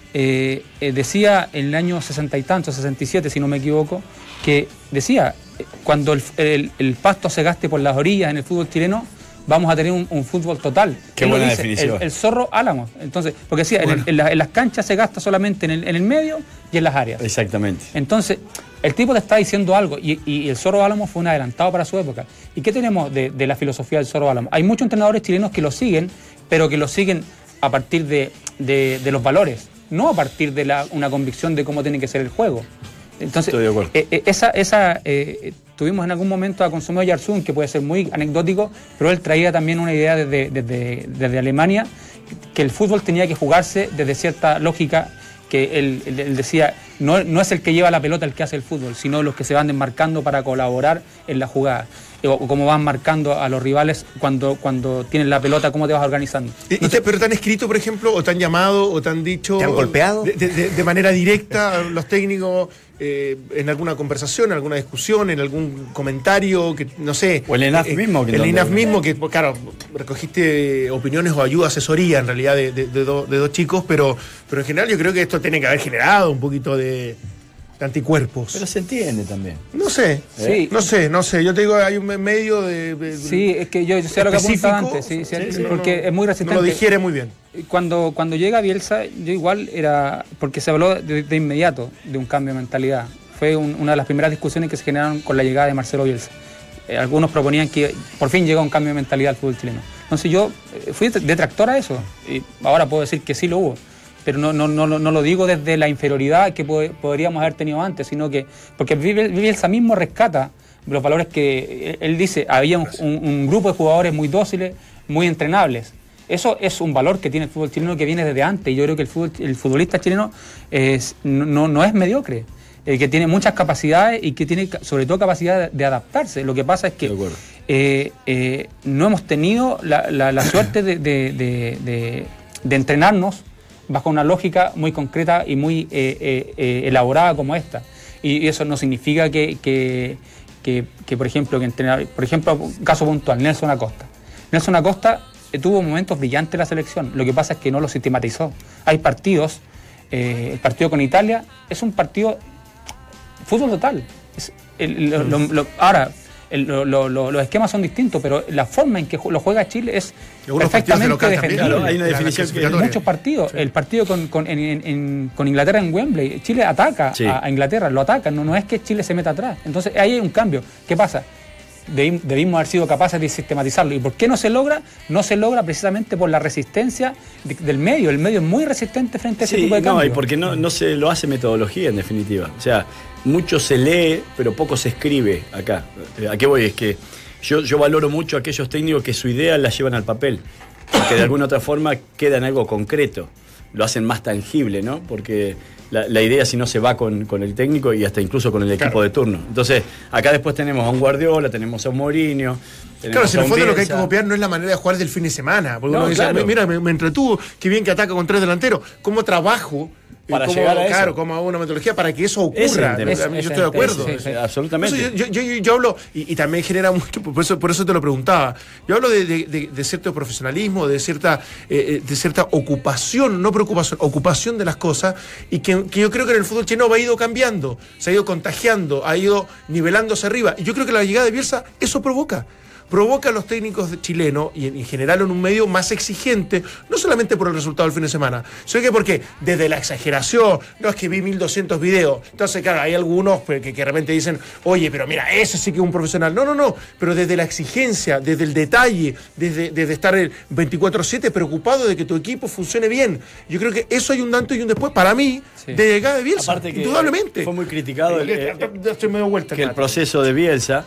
Eh, eh, decía en el año sesenta y tanto, sesenta y siete si no me equivoco, que decía, cuando el, el, el pasto se gaste por las orillas en el fútbol chileno, vamos a tener un, un fútbol total. Qué Él buena dice, definición. El, el Zorro Álamos. Entonces, porque decía, bueno. en, en, la, en las canchas se gasta solamente en el, en el medio y en las áreas. Exactamente. Entonces, el tipo te está diciendo algo, y, y el Zorro Álamos fue un adelantado para su época. ¿Y qué tenemos de, de la filosofía del Zorro Álamos? Hay muchos entrenadores chilenos que lo siguen, pero que lo siguen a partir de, de, de los valores, no a partir de la, una convicción de cómo tiene que ser el juego. Entonces, estoy de acuerdo. Eh, eh, esa, esa, eh, tuvimos en algún momento a Consuelo Yarzún, que puede ser muy anecdótico, pero él traía también una idea desde, desde, desde Alemania, que el fútbol tenía que jugarse desde cierta lógica, que él, él, él decía, no, no es el que lleva la pelota el que hace el fútbol, sino los que se van desmarcando para colaborar en la jugada. O cómo van marcando a los rivales cuando, cuando tienen la pelota, cómo te vas organizando. ¿Y, no te, ¿Pero te han escrito, por ejemplo, o te han llamado, o te han dicho... ¿Te han golpeado? De, de, de manera directa los técnicos eh, en alguna conversación, en alguna discusión, en algún comentario, que no sé... O el E N A F eh, mismo. Que el E N A F donde... mismo, que claro, recogiste opiniones o ayuda, asesoría en realidad de, de, de, do, de dos chicos, pero, pero en general yo creo que esto tiene que haber generado un poquito de... de anticuerpos. Pero se entiende también. No sé, Sí. no sé, no sé. Yo te digo, hay un medio de... de Sí, es que yo, yo sé lo que apuntaba antes, sí, sí, sí, sí, porque no, es muy no resistente. lo digiere muy bien. Cuando, cuando llega Bielsa, yo igual era, porque se habló de, de inmediato de un cambio de mentalidad. Fue un, una de las primeras discusiones que se generaron con la llegada de Marcelo Bielsa. Eh, algunos proponían que por fin llegó un cambio de mentalidad al fútbol chileno. Entonces yo eh, fui detractor a eso, y ahora puedo decir que sí lo hubo. Pero no, no, no, no lo digo desde la inferioridad que po podríamos haber tenido antes, sino que, porque Bielsa mismo rescata los valores que él dice, había un, un, un grupo de jugadores muy dóciles, muy entrenables. Eso es un valor que tiene el fútbol chileno que viene desde antes, y yo creo que el, fútbol, el futbolista chileno es, no, no es mediocre, eh, que tiene muchas capacidades y que tiene sobre todo capacidad de, de adaptarse. Lo que pasa es que eh, eh, no hemos tenido la, la, la suerte de, de, de, de, de entrenarnos bajo una lógica muy concreta y muy eh, eh, eh, elaborada como esta. Y eso no significa que, que, que, que por ejemplo, que entrenar, por ejemplo, un caso puntual, Nelson Acosta. Nelson Acosta eh, tuvo momentos brillantes en la selección, lo que pasa es que no lo sistematizó. Hay partidos, eh, el partido con Italia es un partido fútbol total. Es, el, lo, lo, lo, ahora, el, lo, lo, lo, los esquemas son distintos, pero la forma en que lo juega Chile es perfectamente defendible. Claro, hay una definición que en muchos partidos, sí. El partido con, con, en, en, con Inglaterra en Wembley, Chile ataca sí. a, a Inglaterra, lo ataca, no, no es que Chile se meta atrás. Entonces ahí hay un cambio. ¿Qué pasa? Debimos haber sido capaces de sistematizarlo. ¿Y por qué no se logra? No se logra precisamente por la resistencia de, del medio. El medio es muy resistente frente a ese sí, tipo de no, cambios. Y porque no, no se lo hace metodología, en definitiva. O sea, mucho se lee, pero poco se escribe acá. ¿A qué voy? Es que yo, yo valoro mucho a aquellos técnicos que su idea la llevan al papel, porque de alguna otra forma queda en algo concreto. Lo hacen más tangible, ¿no? Porque la, la idea si no se va con, con el técnico y hasta incluso con el equipo claro. de turno. Entonces, acá después tenemos a un Guardiola, tenemos a un Mourinho. Claro, si en el fondo lo que hay que copiar no es la manera de jugar del fin de semana. Porque no, uno dice, claro. mira, me, me entretuvo, qué bien que ataca con tres delanteros. ¿Cómo trabajo? Para cómo, llegar a eso. Claro, cómo hago una metodología para que eso ocurra. Es, es, yo es, estoy de acuerdo. Es, es, es, absolutamente. Yo, yo, yo, yo hablo, y, y también genera mucho, por eso, por eso te lo preguntaba, yo hablo de, de, de, de cierto profesionalismo, de cierta, eh, de cierta ocupación, no preocupación, ocupación de las cosas, y que, que yo creo que en el fútbol chileno ha ido cambiando, se ha ido contagiando, ha ido nivelándose arriba. Y yo creo que la llegada de Bielsa eso provoca. provoca a los técnicos chilenos y en general en un medio más exigente, no solamente por el resultado del fin de semana, sino que porque desde la exageración, no es que vi mil doscientos videos, entonces claro, hay algunos que, que de repente dicen, oye, pero mira, eso sí que es un profesional, no, no, no, pero desde la exigencia, desde el detalle, desde, desde estar el veinticuatro siete preocupado de que tu equipo funcione bien, yo creo que eso hay un antes y un después para mí, sí, de llegada de Bielsa, aparte que indudablemente. Fue muy criticado el, el, estoy medio vuelta, que el proceso de Bielsa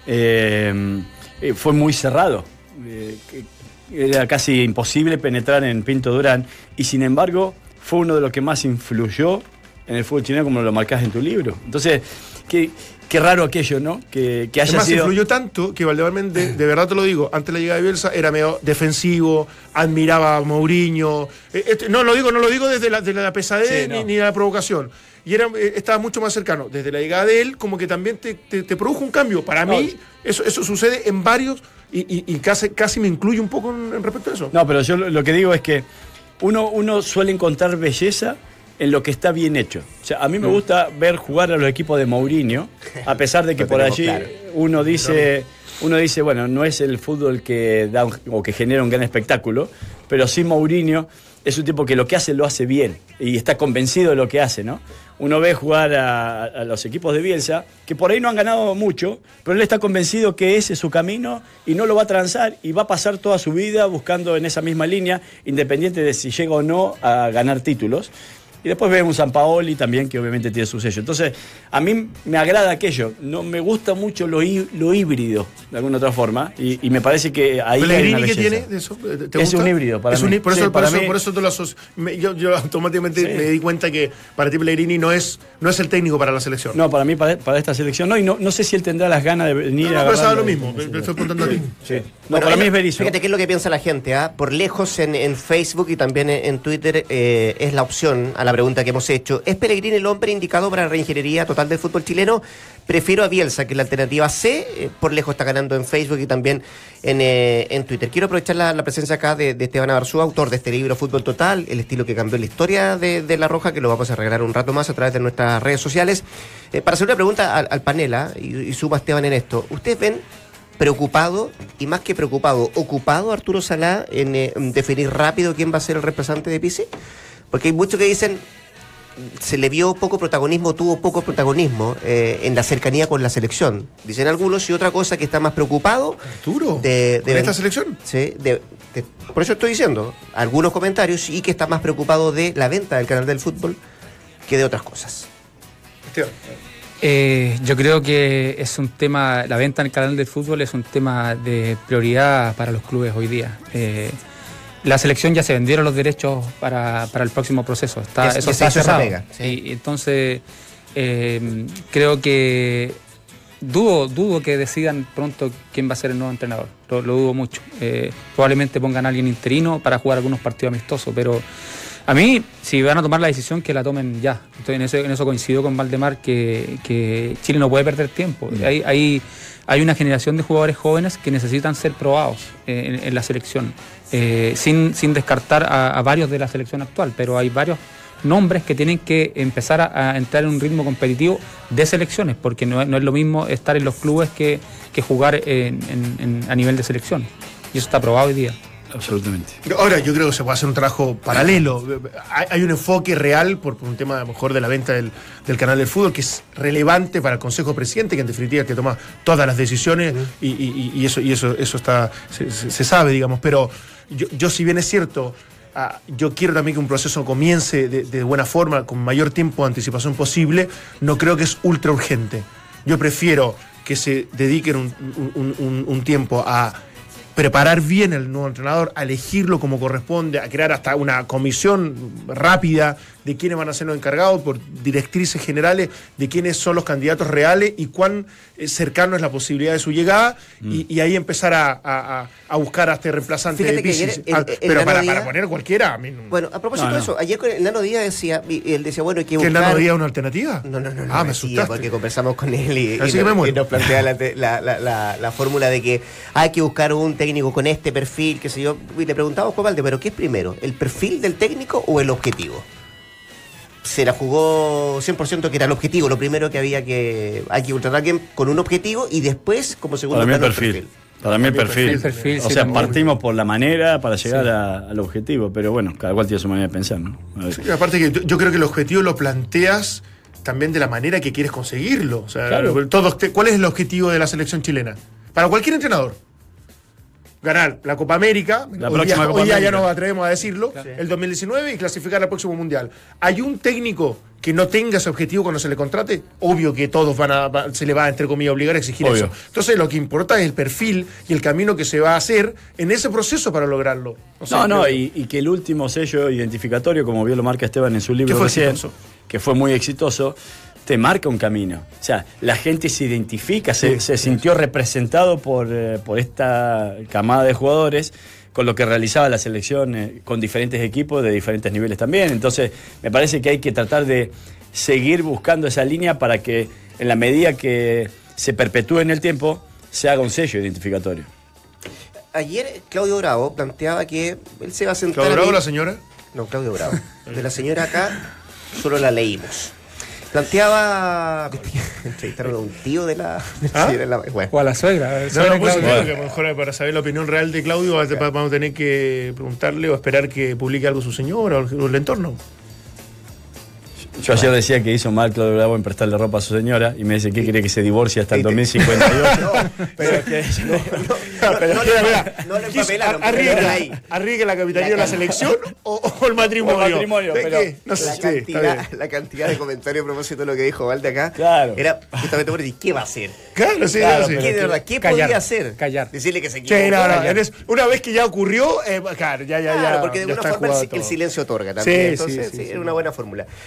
eh, fue muy cerrado, eh, era casi imposible penetrar en Pinto Durán y sin embargo fue uno de los que más influyó en el fútbol chileno, como lo marcás en tu libro. Entonces, qué, qué raro aquello, ¿no? Que, que haya Además, sido... influyó tanto que Valdemar Méndez, de verdad te lo digo, antes de la llegada de Bielsa era medio defensivo, admiraba a Mourinho. Eh, este, no lo digo, no lo digo desde la, desde la pesadez sí, no. ni, ni la provocación. Y era, eh, estaba mucho más cercano. Desde la llegada de él, como que también te, te, te produjo un cambio. Para no, mí, eso, eso sucede en varios, y, y, y casi, casi me incluye un poco en, en respecto a eso. No, pero yo lo, lo que digo es que uno, uno suele encontrar belleza en lo que está bien hecho. O sea, a mí me gusta ver jugar a los equipos de Mourinho, a pesar de que por allí claro. uno dice, uno dice, bueno, no es el fútbol que da un, o que genera un gran espectáculo, pero sí Mourinho es un tipo que lo que hace lo hace bien y está convencido de lo que hace, ¿no? Uno ve jugar a, a los equipos de Bielsa, que por ahí no han ganado mucho, pero él está convencido que ese es su camino y no lo va a transar y va a pasar toda su vida buscando en esa misma línea, independiente de si llega o no a ganar títulos. Y después vemos un Sampaoli también, que obviamente tiene su sello. Entonces, a mí me agrada aquello. No me gusta mucho lo, lo híbrido, de alguna otra forma. Y, y me parece que ahí hay una ¿qué tiene de eso? ¿Te es gusta? Un híbrido para es mí. Un, por, eso, sí, por, para eso, mí... por eso te lo asocio. Me, yo, yo automáticamente sí. me di cuenta que para ti Pellegrini no es, no es el técnico para la selección. No, para mí, para, para esta selección no. Y no, no sé si él tendrá las ganas de venir no, a... No, pero sabe lo mismo. Me estoy preguntando a ti. Sí. No, bueno, para mí es Berizzo. Fíjate qué es lo que piensa la gente. ¿eh? Por lejos en, en Facebook y también en, en Twitter eh, es la opción a la pregunta que hemos hecho. ¿Es Pellegrini el hombre indicado para la reingeniería total del fútbol chileno? Prefiero a Bielsa, que es la alternativa C. Eh, por lejos está ganando en Facebook y también en, eh, en Twitter. Quiero aprovechar la, la presencia acá de, de Esteban Abarzúa, autor de este libro Fútbol Total, el estilo que cambió la historia de, de La Roja, que lo vamos a regalar un rato más a través de nuestras redes sociales. Eh, para hacer una pregunta al, al panel, ¿eh? y, y suma Esteban en esto. ¿Ustedes ven preocupado, y más que preocupado, ocupado Arturo Salá en, eh, en definir rápido quién va a ser el reemplazante de Pizzi? Porque hay muchos que dicen se le vio poco protagonismo, tuvo poco protagonismo eh, en la cercanía con la selección. Dicen algunos, y otra cosa que está más preocupado. ¿Arturo? De, de, ¿Con esta selección? Sí, de, de, por eso estoy diciendo algunos comentarios, y que está más preocupado de la venta del canal del fútbol que de otras cosas. Esteban. Eh, yo creo que es un tema, la venta en el canal del fútbol es un tema de prioridad para los clubes hoy día. Eh, la selección ya se vendieron los derechos para, para el próximo proceso, está, es, eso está cerrado. Pega, sí. Y entonces eh, creo que dudo, dudo que decidan pronto quién va a ser el nuevo entrenador, lo, lo dudo mucho. Eh, probablemente pongan a alguien interino para jugar algunos partidos amistosos, pero a mí, si van a tomar la decisión, que la tomen ya. Entonces, en eso, en eso coincido con Valdemar, que, que Chile no puede perder tiempo. Mm. Hay, hay, hay una generación de jugadores jóvenes que necesitan ser probados eh, en, en la selección, eh, sin, sin descartar a, a varios de la selección actual, pero hay varios nombres que tienen que empezar a, a entrar en un ritmo competitivo de selecciones, porque no, no es lo mismo estar en los clubes que, que jugar en, en, en, a nivel de selección. Y eso está probado hoy día. Absolutamente. Ahora, yo creo que se puede hacer un trabajo paralelo. Hay, hay un enfoque real, por, por un tema a lo mejor de la venta del, del canal del fútbol, que es relevante para el Consejo Presidente, que en definitiva es que toma todas las decisiones, uh-huh. y, y, y eso y eso eso está se, se, se sabe, digamos. Pero yo, yo si bien es cierto, uh, yo quiero también que un proceso comience de, de buena forma, con mayor tiempo de anticipación posible. No creo que es ultra urgente. Yo prefiero que se dediquen un, un, un, un tiempo a preparar bien el nuevo entrenador, a elegirlo como corresponde, a crear hasta una comisión rápida de quiénes van a ser los encargados, por directrices generales de quiénes son los candidatos reales y cuán eh, cercano es la posibilidad de su llegada, mm. y, y ahí empezar a, a, a buscar a este reemplazante. Fíjate de Pizzi. Ah, pero para, Díaz, para poner cualquiera. A mí no. Bueno, a propósito no, no. de eso, ayer con el Nano Díaz decía, y él decía, bueno, hay que buscar... ¿Que el Nano Díaz es una alternativa? No, no, no, no ah, me asustaste. Porque conversamos con él y, y, no, nos, y nos plantea la, la, la, la, la fórmula de que hay que buscar un técnico con este perfil, qué sé yo, y le preguntamos, Juan Valde, ¿pero qué es primero? ¿El perfil del técnico o el objetivo? Se la jugó cien por ciento que era el objetivo, lo primero que había que... Hay que contratar a alguien con un objetivo y después, como segundo para mí el plano, perfil. perfil. Para mí el perfil. El perfil o sí, sea, partimos por la manera para llegar sí. a, al objetivo, pero bueno, cada cual tiene su manera de pensar, ¿no? Sí, aparte que yo, yo creo que el objetivo lo planteas también de la manera que quieres conseguirlo. O sea, claro. todos, ¿cuál es el objetivo de la selección chilena? Para cualquier entrenador. Ganar la Copa América, la hoy, próxima día, Copa hoy día América. ya nos atrevemos a decirlo, claro. el dos mil diecinueve, y clasificar al próximo Mundial. ¿Hay un técnico que no tenga ese objetivo cuando se le contrate? Obvio que todos van a, va, se le va, entre comillas, obligar a exigir Obvio. eso. Entonces lo que importa es el perfil y el camino que se va a hacer en ese proceso para lograrlo. O sea, no, no, y, y que el último sello identificatorio, como bien lo marca Esteban en su libro, que fue recién, exitoso. que fue muy exitoso, te marca un camino. O sea, la gente se identifica, se, sí, se sí. sintió representado por, eh, por esta camada de jugadores con lo que realizaba la selección eh, con diferentes equipos de diferentes niveles también. Entonces, me parece que hay que tratar de seguir buscando esa línea para que en la medida que se perpetúe en el tiempo, se haga un sello identificatorio. Ayer Claudio Bravo planteaba que él se va a sentar... ¿Claudio Bravo mí... la señora? No, Claudio Bravo. De la señora acá solo la leímos. Planteaba entrevistaron a un tío de la, de la ¿Ah? señora. La, bueno. O a la suegra. No, no, pues, Claudio. que a lo mejor para saber la opinión real de Claudio vamos a tener que preguntarle o esperar que publique algo su señora o el entorno. Yo ayer decía que hizo mal Claudio Bravo en prestarle ropa a su señora y me dice que quiere que se divorcie hasta el dos mil cincuenta y ocho. No, pero que no, no, no, pero no, no, no lo empapelaron, pero arriesga, ahí. arriesga la capitanía de la selección o, o el matrimonio. O el matrimonio, pero no sé, la, sí, cantidad, la cantidad de comentarios a propósito de lo que dijo Valde acá, claro. era justamente por decir, ¿qué va a hacer? Claro, sí, Claro, sí. ¿Qué, de verdad, ¿qué callar, podía hacer? callar. Decirle que se equivocó. Sí, no, no, callar. eres, una vez que ya ocurrió, eh, claro, ya, ya, Claro, ya. porque de ya alguna forma el, el silencio otorga también. Sí, Entonces, sí, sí, sí, sí, era sí. una buena fórmula. Bueno,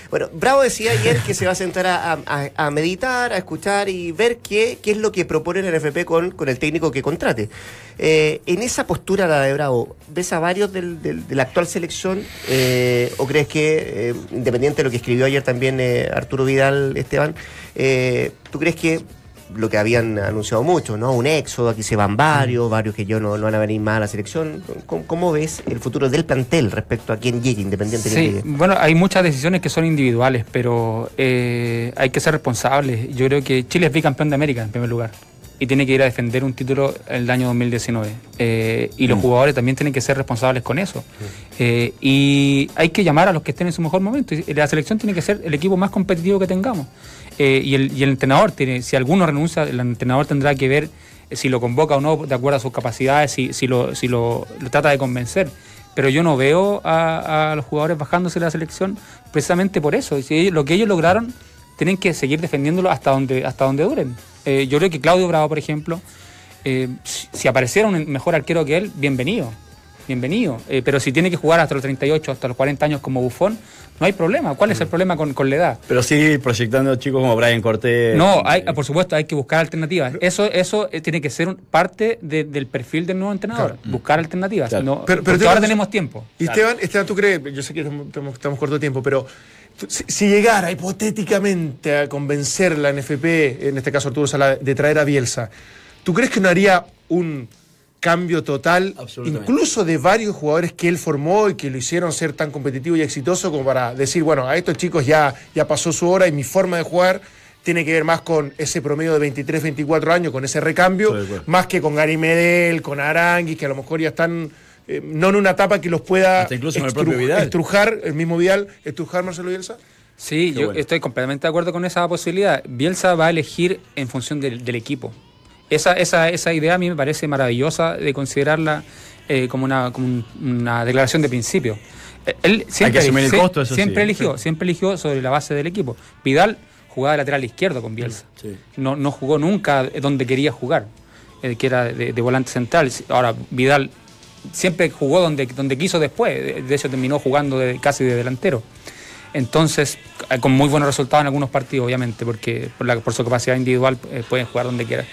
Bravo decía ayer que se va a sentar a, a, a meditar, a escuchar y ver qué, qué es lo que propone el N F P con, con el técnico que contrate. Eh, en esa postura, la de Bravo, ¿ves a varios del, del, de la actual selección? Eh, ¿O crees que, eh, independiente de lo que escribió ayer también eh, Arturo Vidal, Esteban, eh, ¿tú crees que lo que habían anunciado muchos, ¿no? Un éxodo, aquí se van varios, varios que yo no, no van a venir más a la selección? ¿Cómo, cómo ves el futuro del plantel respecto a quién llegue, independiente de quién Sí, llegue? bueno, hay muchas decisiones que son individuales, pero eh, hay que ser responsables. Yo creo que Chile es bicampeón de América, en primer lugar, y tiene que ir a defender un título el año dos mil diecinueve. Eh, y los jugadores también tienen que ser responsables con eso. Eh, y hay que llamar a los que estén en su mejor momento. Y la selección tiene que ser el equipo más competitivo que tengamos. Eh, y, el, y el entrenador, tiene, si alguno renuncia, el entrenador tendrá que ver si lo convoca o no de acuerdo a sus capacidades, si, si, lo, si lo, lo trata de convencer. Pero yo no veo a, a los jugadores bajándose de la selección precisamente por eso. Si ellos, lo que ellos lograron, tienen que seguir defendiéndolo hasta donde, hasta donde duren. Eh, yo creo que Claudio Bravo, por ejemplo, eh, si, si apareciera un mejor arquero que él, bienvenido. Bienvenido. Eh, pero si tiene que jugar hasta los treinta y ocho, hasta los cuarenta años como Buffon, no hay problema. ¿Cuál es el problema con, con la edad? Pero sigue proyectando chicos como Brian Cortés. No, hay, por supuesto, hay que buscar alternativas. Eso eso eh, tiene que ser un, parte de, del perfil del nuevo entrenador. Claro. Buscar alternativas. Claro. No, Pero- pero porque te- ahora tenemos tiempo. Y Esteban, Esteban, ¿tú crees? Yo sé que estamos, estamos corto de tiempo, pero si, si llegara hipotéticamente a convencer la N F P, en este caso Arturo Sala, de traer a Bielsa, ¿tú crees que no haría un cambio total, Absolutamente. incluso de varios jugadores que él formó y que lo hicieron ser tan competitivo y exitoso como para decir, bueno, a estos chicos ya, ya pasó su hora y mi forma de jugar tiene que ver más con ese promedio de veintitrés, veinticuatro años, con ese recambio, Estoy de acuerdo. más que con Gary Medel, con Aranguis, que a lo mejor ya están eh, no en una etapa que los pueda Hasta incluso con el propio Vidal. estrujar, el mismo Vidal, estrujar Marcelo Bielsa? Sí, Qué yo bueno. estoy completamente de acuerdo con esa posibilidad. Bielsa va a elegir en función del, del equipo. Esa, esa, esa idea a mí me parece maravillosa de considerarla eh, como, una, como un- una declaración de principio. Eh, Él siempre, asumir el sí, costo, eso siempre sí. eligió, siempre eligió sobre la base del equipo. Vidal jugaba de lateral izquierdo con Bielsa. Sí. No, no jugó nunca donde quería jugar, eh, que era de, de volante central. Ahora, Vidal siempre jugó donde, donde quiso después. De, de hecho, terminó jugando de, casi de delantero. Entonces, eh, con muy buenos resultados en algunos partidos, obviamente, porque por, la, por su capacidad individual eh, pueden jugar donde quiera.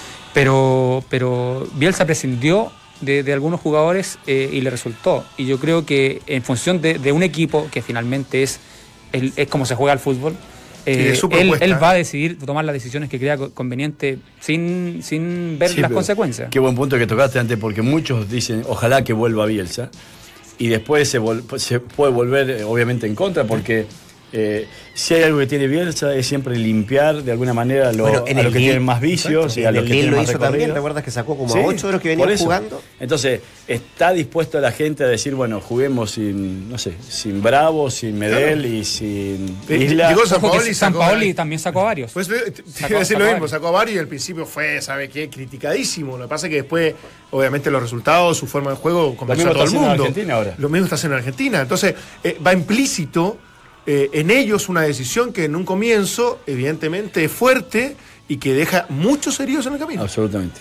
Pero, pero Bielsa prescindió de, de algunos jugadores eh, y le resultó. Y yo creo que en función de, de un equipo, que finalmente es, el, es como se juega al fútbol, Y de eh, su él, propuesta. él va a decidir tomar las decisiones que crea co- conveniente sin, sin ver Sí, las pero consecuencias. Qué buen punto que tocaste antes, porque muchos dicen, ojalá que vuelva Bielsa, y después se, vol- se puede volver, eh, obviamente, en contra, porque eh, si hay algo que tiene Bielsa es siempre limpiar de alguna manera lo- Bueno, en a el los que Lille- tienen más vicios Exacto. y a En los el que Lille tienen lo más hizo recorrido. también, ¿te acuerdas que sacó como Sí, a ocho de los que por venían eso. jugando? Entonces, está dispuesto la gente a decir, bueno, juguemos sin, no sé, sin Bravo, sin Medel Claro. y sin Eh, Isla. llegó Ojo que Sampaoli San sacó Paoli ahí. también sacó a varios. Pues te te Sacó- iba a decir sacó lo a mismo, varios. sacó a varios y al principio fue, ¿sabe qué? Criticadísimo. Lo que pasa es que después, obviamente, los resultados, su forma de juego convenció mismo a todo el está haciendo mundo. en Argentina ahora. Lo mismo está haciendo en Argentina. Entonces, eh, va implícito eh, en ellos una decisión que en un comienzo, evidentemente, es fuerte y que deja muchos heridos en el camino. Absolutamente.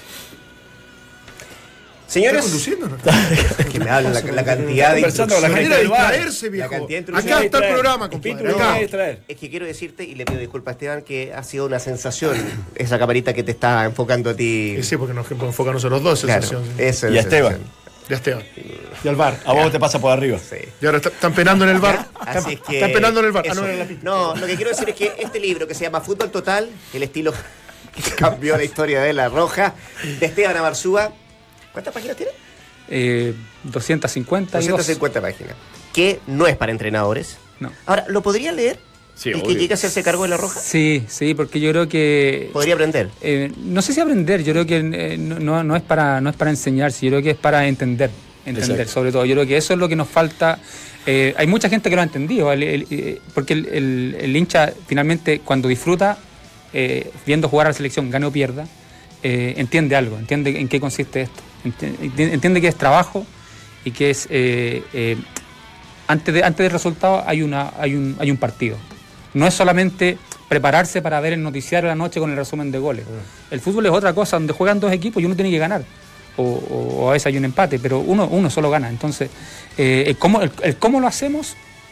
¿Está Señores, conduciendo? ¿No? que me hablan la, la cantidad de conversando con la La instrucciones. manera de del bar. distraerse, viejo. cantidad de Acá instrucciones. está el programa, Espíritu compadre. me va a Acá. distraer. Es que quiero decirte, y le pido disculpas a Esteban, que ha sido una sensación esa camarita que te está enfocando a ti. Eh, Sí, porque nos enfocan nosotros dos, esa Claro, sensación, sí. eso es Y a Esteban. sensación. Ya Esteban. Y al bar. A vos te pasa por arriba. Sí. Y ahora está- están penando en el bar. Así Están, es que están penando en el bar. Ah, eso. no, en la pista. No, lo que quiero decir es que este libro que se llama Fútbol Total, el estilo que cambió la historia de La Roja, de Esteban Amarzúa, ¿cuántas páginas tiene? Eh, doscientas cincuenta y dos. doscientas cincuenta páginas. Que no es para entrenadores. No. Ahora, ¿lo podría leer? Sí, el que obvio. llegue a hacerse cargo de La Roja. Sí, sí, porque yo creo que Podría aprender. eh, no sé si aprender, yo creo que eh, no, no- no es para no es para enseñarse, yo creo que es para entender, entender Exacto. sobre todo. Yo creo que eso es lo que nos falta. Eh, hay mucha gente que lo ha entendido, el- el- eh, porque el, el- el hincha finalmente cuando disfruta eh, viendo jugar a la selección, gane o pierda, eh, entiende algo, entiende en qué consiste esto, entiende, entiende que es trabajo y que es eh, eh, antes de antes del resultado hay una hay un hay un partido. No es solamente prepararse para ver el noticiario la noche con el resumen de goles. El fútbol es otra cosa, donde juegan dos equipos y uno tiene que ganar. O, o- o a veces hay un empate, pero uno, uno solo gana. Entonces, eh, el, cómo, el, el cómo lo hacemos es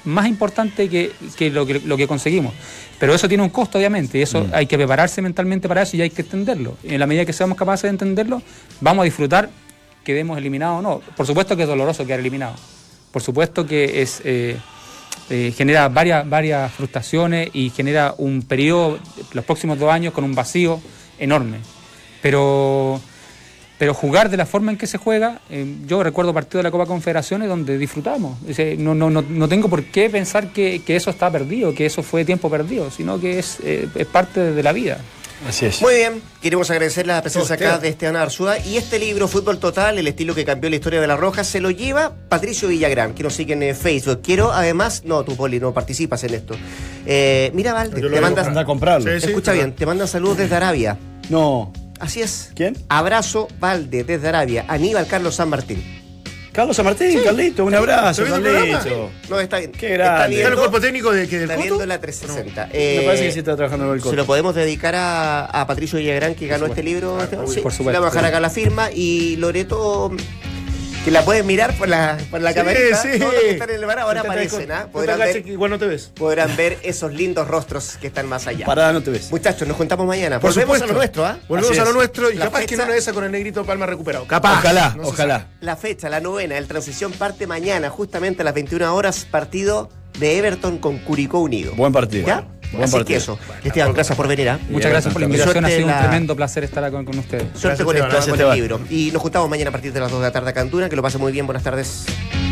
más importante que, que, lo, que lo que conseguimos. Pero eso tiene un costo, obviamente, y eso mm. hay que prepararse mentalmente para eso y hay que entenderlo. Y en la medida que seamos capaces de entenderlo, vamos a disfrutar quedemos eliminados o no. Por supuesto que es doloroso quedar eliminado. Por supuesto que es eh, eh, genera varias, varias frustraciones y genera un periodo, los próximos dos años, con un vacío enorme. Pero... Pero jugar de la forma en que se juega, eh, yo recuerdo partidos de la Copa Confederaciones donde disfrutamos. No, no, no, no tengo por qué pensar que, que eso está perdido, que eso fue tiempo perdido, sino que es, eh, es parte de la vida. Así es. Muy bien, queremos agradecer la presencia acá de Esteban Arzúa. Y este libro, Fútbol Total, el estilo que cambió la historia de la Roja, se lo lleva Patricio Villagrán, que nos siguen en Facebook. Quiero, además, no, tú, Poli, no participas en esto. Eh, mira, Valde, te mandas. Anda a comprarlo. Sí, sí, escucha claro. bien, te mandan saludos desde Arabia. No. Así es. ¿Quién? Abrazo Valde desde Arabia. Aníbal Carlos San Martín. Carlos San Martín, sí. Carlito, un abrazo, ¿Está viendo el Carlito. No, está bien. Qué grande. Está ¿Está el viendo, cuerpo técnico de, que del está Coto? viendo la trescientos sesenta. No. Eh, Me parece que sí está trabajando en el se Coto. lo podemos dedicar a, a Patricio Villagrán, que ganó este libro. Esteban. Sí, por supuesto. le vamos a dejar acá la firma. Y Loreto, que la pueden mirar por la, por la Sí, camarita. sí. Todos los que están en el bar ahora Está aparecen. ¿ah? No te Podrán, agaches, que ver, igual no te ves. podrán ver esos lindos rostros que están más allá. Parada no te ves. Muchachos, nos juntamos mañana. Por Volvemos supuesto. a lo nuestro, ¿ah? Volvemos Así a lo es. nuestro y La capaz que fecha- en una de esas con el negrito Palma recuperado. Capaz. Ojalá, No se ojalá. La fecha, la novena, el Transición parte mañana, justamente a las veintiuna horas, partido de Everton con Curicó Unido. Buen partido. ¿Ya? Buen Así partido. que eso. Esteban, gracias por venir. ¿ah? Muchas gracias por la Suerte invitación, ha sido un la- tremendo placer estar acá con, con ustedes. Suerte Gracias, con Esteban. esto, Gracias, con el Esteban. libro. Y nos juntamos mañana a partir de las dos de la tarde acá en Duna, que lo pase muy bien. Buenas tardes.